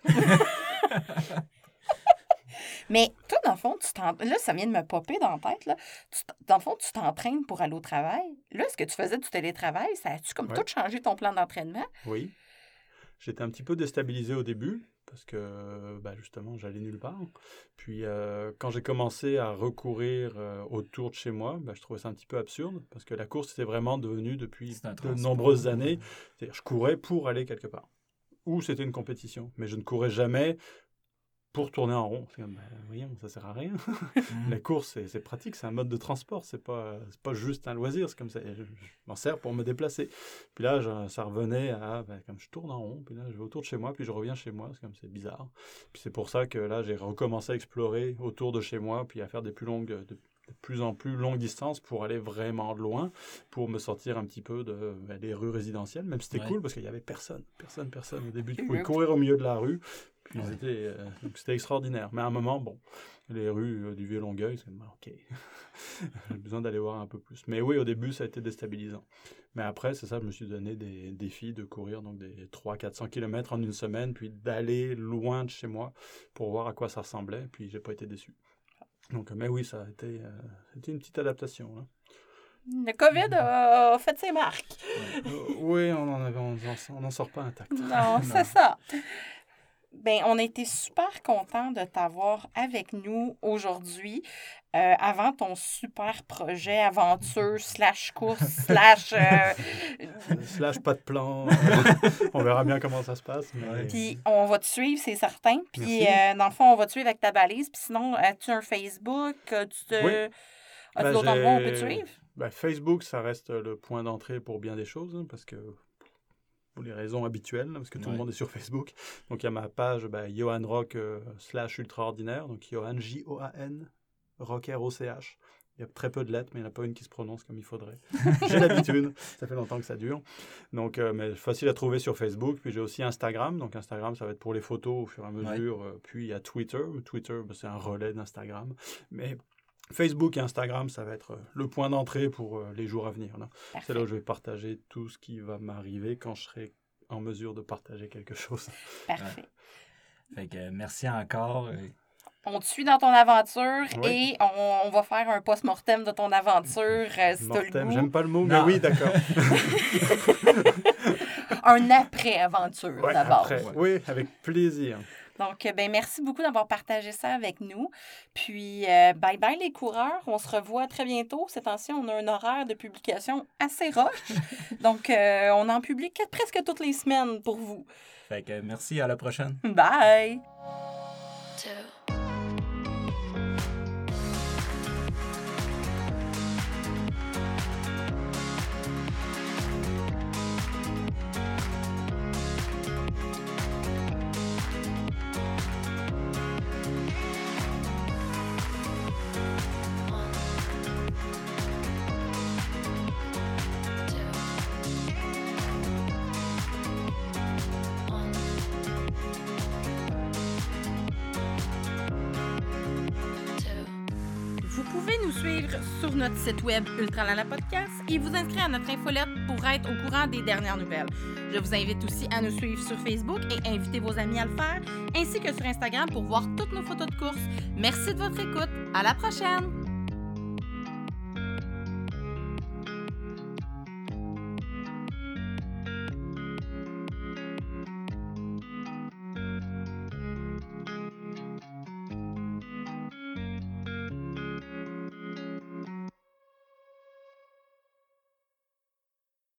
Mais toi, dans le fond, tu t'en... là, ça vient de me popper dans la tête. Là. Tu t- Dans le fond, tu t'entraînes pour aller au travail. Là, ce que tu faisais du télétravail, ça a-tu comme Ouais. tout changé ton plan d'entraînement? Oui. J'étais un petit peu déstabilisé au début parce que bah, justement, j'allais nulle part. Puis euh, quand j'ai commencé à recourir euh, autour de chez moi, bah, je trouvais ça un petit peu absurde parce que la course était vraiment devenue depuis C'est un de transport. nombreuses années. C'est-à-dire, je courais pour aller quelque part. Ou c'était une compétition. Mais je ne courais jamais pour tourner en rond. C'est comme, ben, voyons, ça sert à rien. Mm. La course, c'est, c'est pratique, c'est un mode de transport, c'est pas, c'est pas juste un loisir, c'est comme ça, je, je m'en sers pour me déplacer. Puis là, je- ça revenait à, ben, comme je tourne en rond, puis là, je vais autour de chez moi, puis je reviens chez moi, c'est comme, c'est bizarre. Puis c'est pour ça que là, j'ai recommencé à explorer autour de chez moi, puis à faire des plus longues, de, de plus en plus longues distances pour aller vraiment loin, pour me sortir un petit peu de, ben, des rues résidentielles, même si c'était Ouais. cool, parce qu'il y avait personne, personne, personne. Au début, tu Oui. pouvais courir au milieu de la rue, puis Ouais. c'était, euh, donc c'était extraordinaire. Mais à un moment, bon, les rues euh, du Vieux-Longueuil, c'est bon, OK. J'ai besoin d'aller voir un peu plus. Mais oui, au début, ça a été déstabilisant. Mais après, c'est ça, je me suis donné des défis de courir donc des trois cents à quatre cents kilomètres en une semaine, puis d'aller loin de chez moi pour voir à quoi ça ressemblait. Puis j'ai pas été déçu. Donc, mais oui, ça a été, euh, c'était une petite adaptation. Là. Le COVID a fait ses marques. Euh, oui, on en avait, on n'en on n'en sort pas intact. Non, c'est ça. Ben, on a été super contents de t'avoir avec nous aujourd'hui, euh, avant ton super projet aventure slash course slash... euh, Slash pas de plan. euh, on verra bien comment ça se passe. Mais... Ouais. Puis on va te suivre, c'est certain. Puis Merci. euh, dans le fond, on va te suivre avec ta balise. Puis sinon, as-tu un Facebook? As-tu te... Oui. as-tu Ben, d'autres endroits où on peut te j'ai- suivre? Ben, Facebook, ça reste le point d'entrée pour bien des choses, hein, parce que pour les raisons habituelles, parce que tout Ouais. le monde est sur Facebook. Donc, il y a ma page ben, Johan Rock euh, slash ultraordinaire, donc Johan J O A N, Rock R O C H. Il y a très peu de lettres, mais il n'y en a pas une qui se prononce comme il faudrait. J'ai l'habitude, ça fait longtemps que ça dure. Donc, euh, mais facile à trouver sur Facebook. Puis j'ai aussi Instagram. Donc, Instagram, ça va être pour les photos au fur et à mesure. Euh, puis il y a Twitter. Twitter, ben, c'est un relais d'Instagram. Mais Facebook et Instagram, ça va être euh, le point d'entrée pour euh, les jours à venir. Là. C'est Parfait. là où je vais partager tout ce qui va m'arriver quand je serai en mesure de partager quelque chose. Parfait. Fait que euh, merci encore. euh, On te suit dans ton aventure Oui. et on, on va faire un post-mortem de ton aventure, euh, si t'as le Mortem, goût. j'aime pas le mot, mais Non. oui, d'accord. Un après-aventure, Ouais, d'abord. après, oui, avec plaisir. Donc, ben merci beaucoup d'avoir partagé ça avec nous. Puis, euh, bye bye les coureurs. On se revoit très bientôt. Ces temps-ci, on a un horaire de publication assez roche. Donc, euh, on en publie presque toutes les semaines pour vous. Fait que merci, à la prochaine. Bye! Two. Vous pouvez nous suivre sur notre site web Ultralala Podcast et vous inscrire à notre infolette pour être au courant des dernières nouvelles. Je vous invite aussi à nous suivre sur Facebook et inviter vos amis à le faire, ainsi que sur Instagram pour voir toutes nos photos de course. Merci de votre écoute. À la prochaine!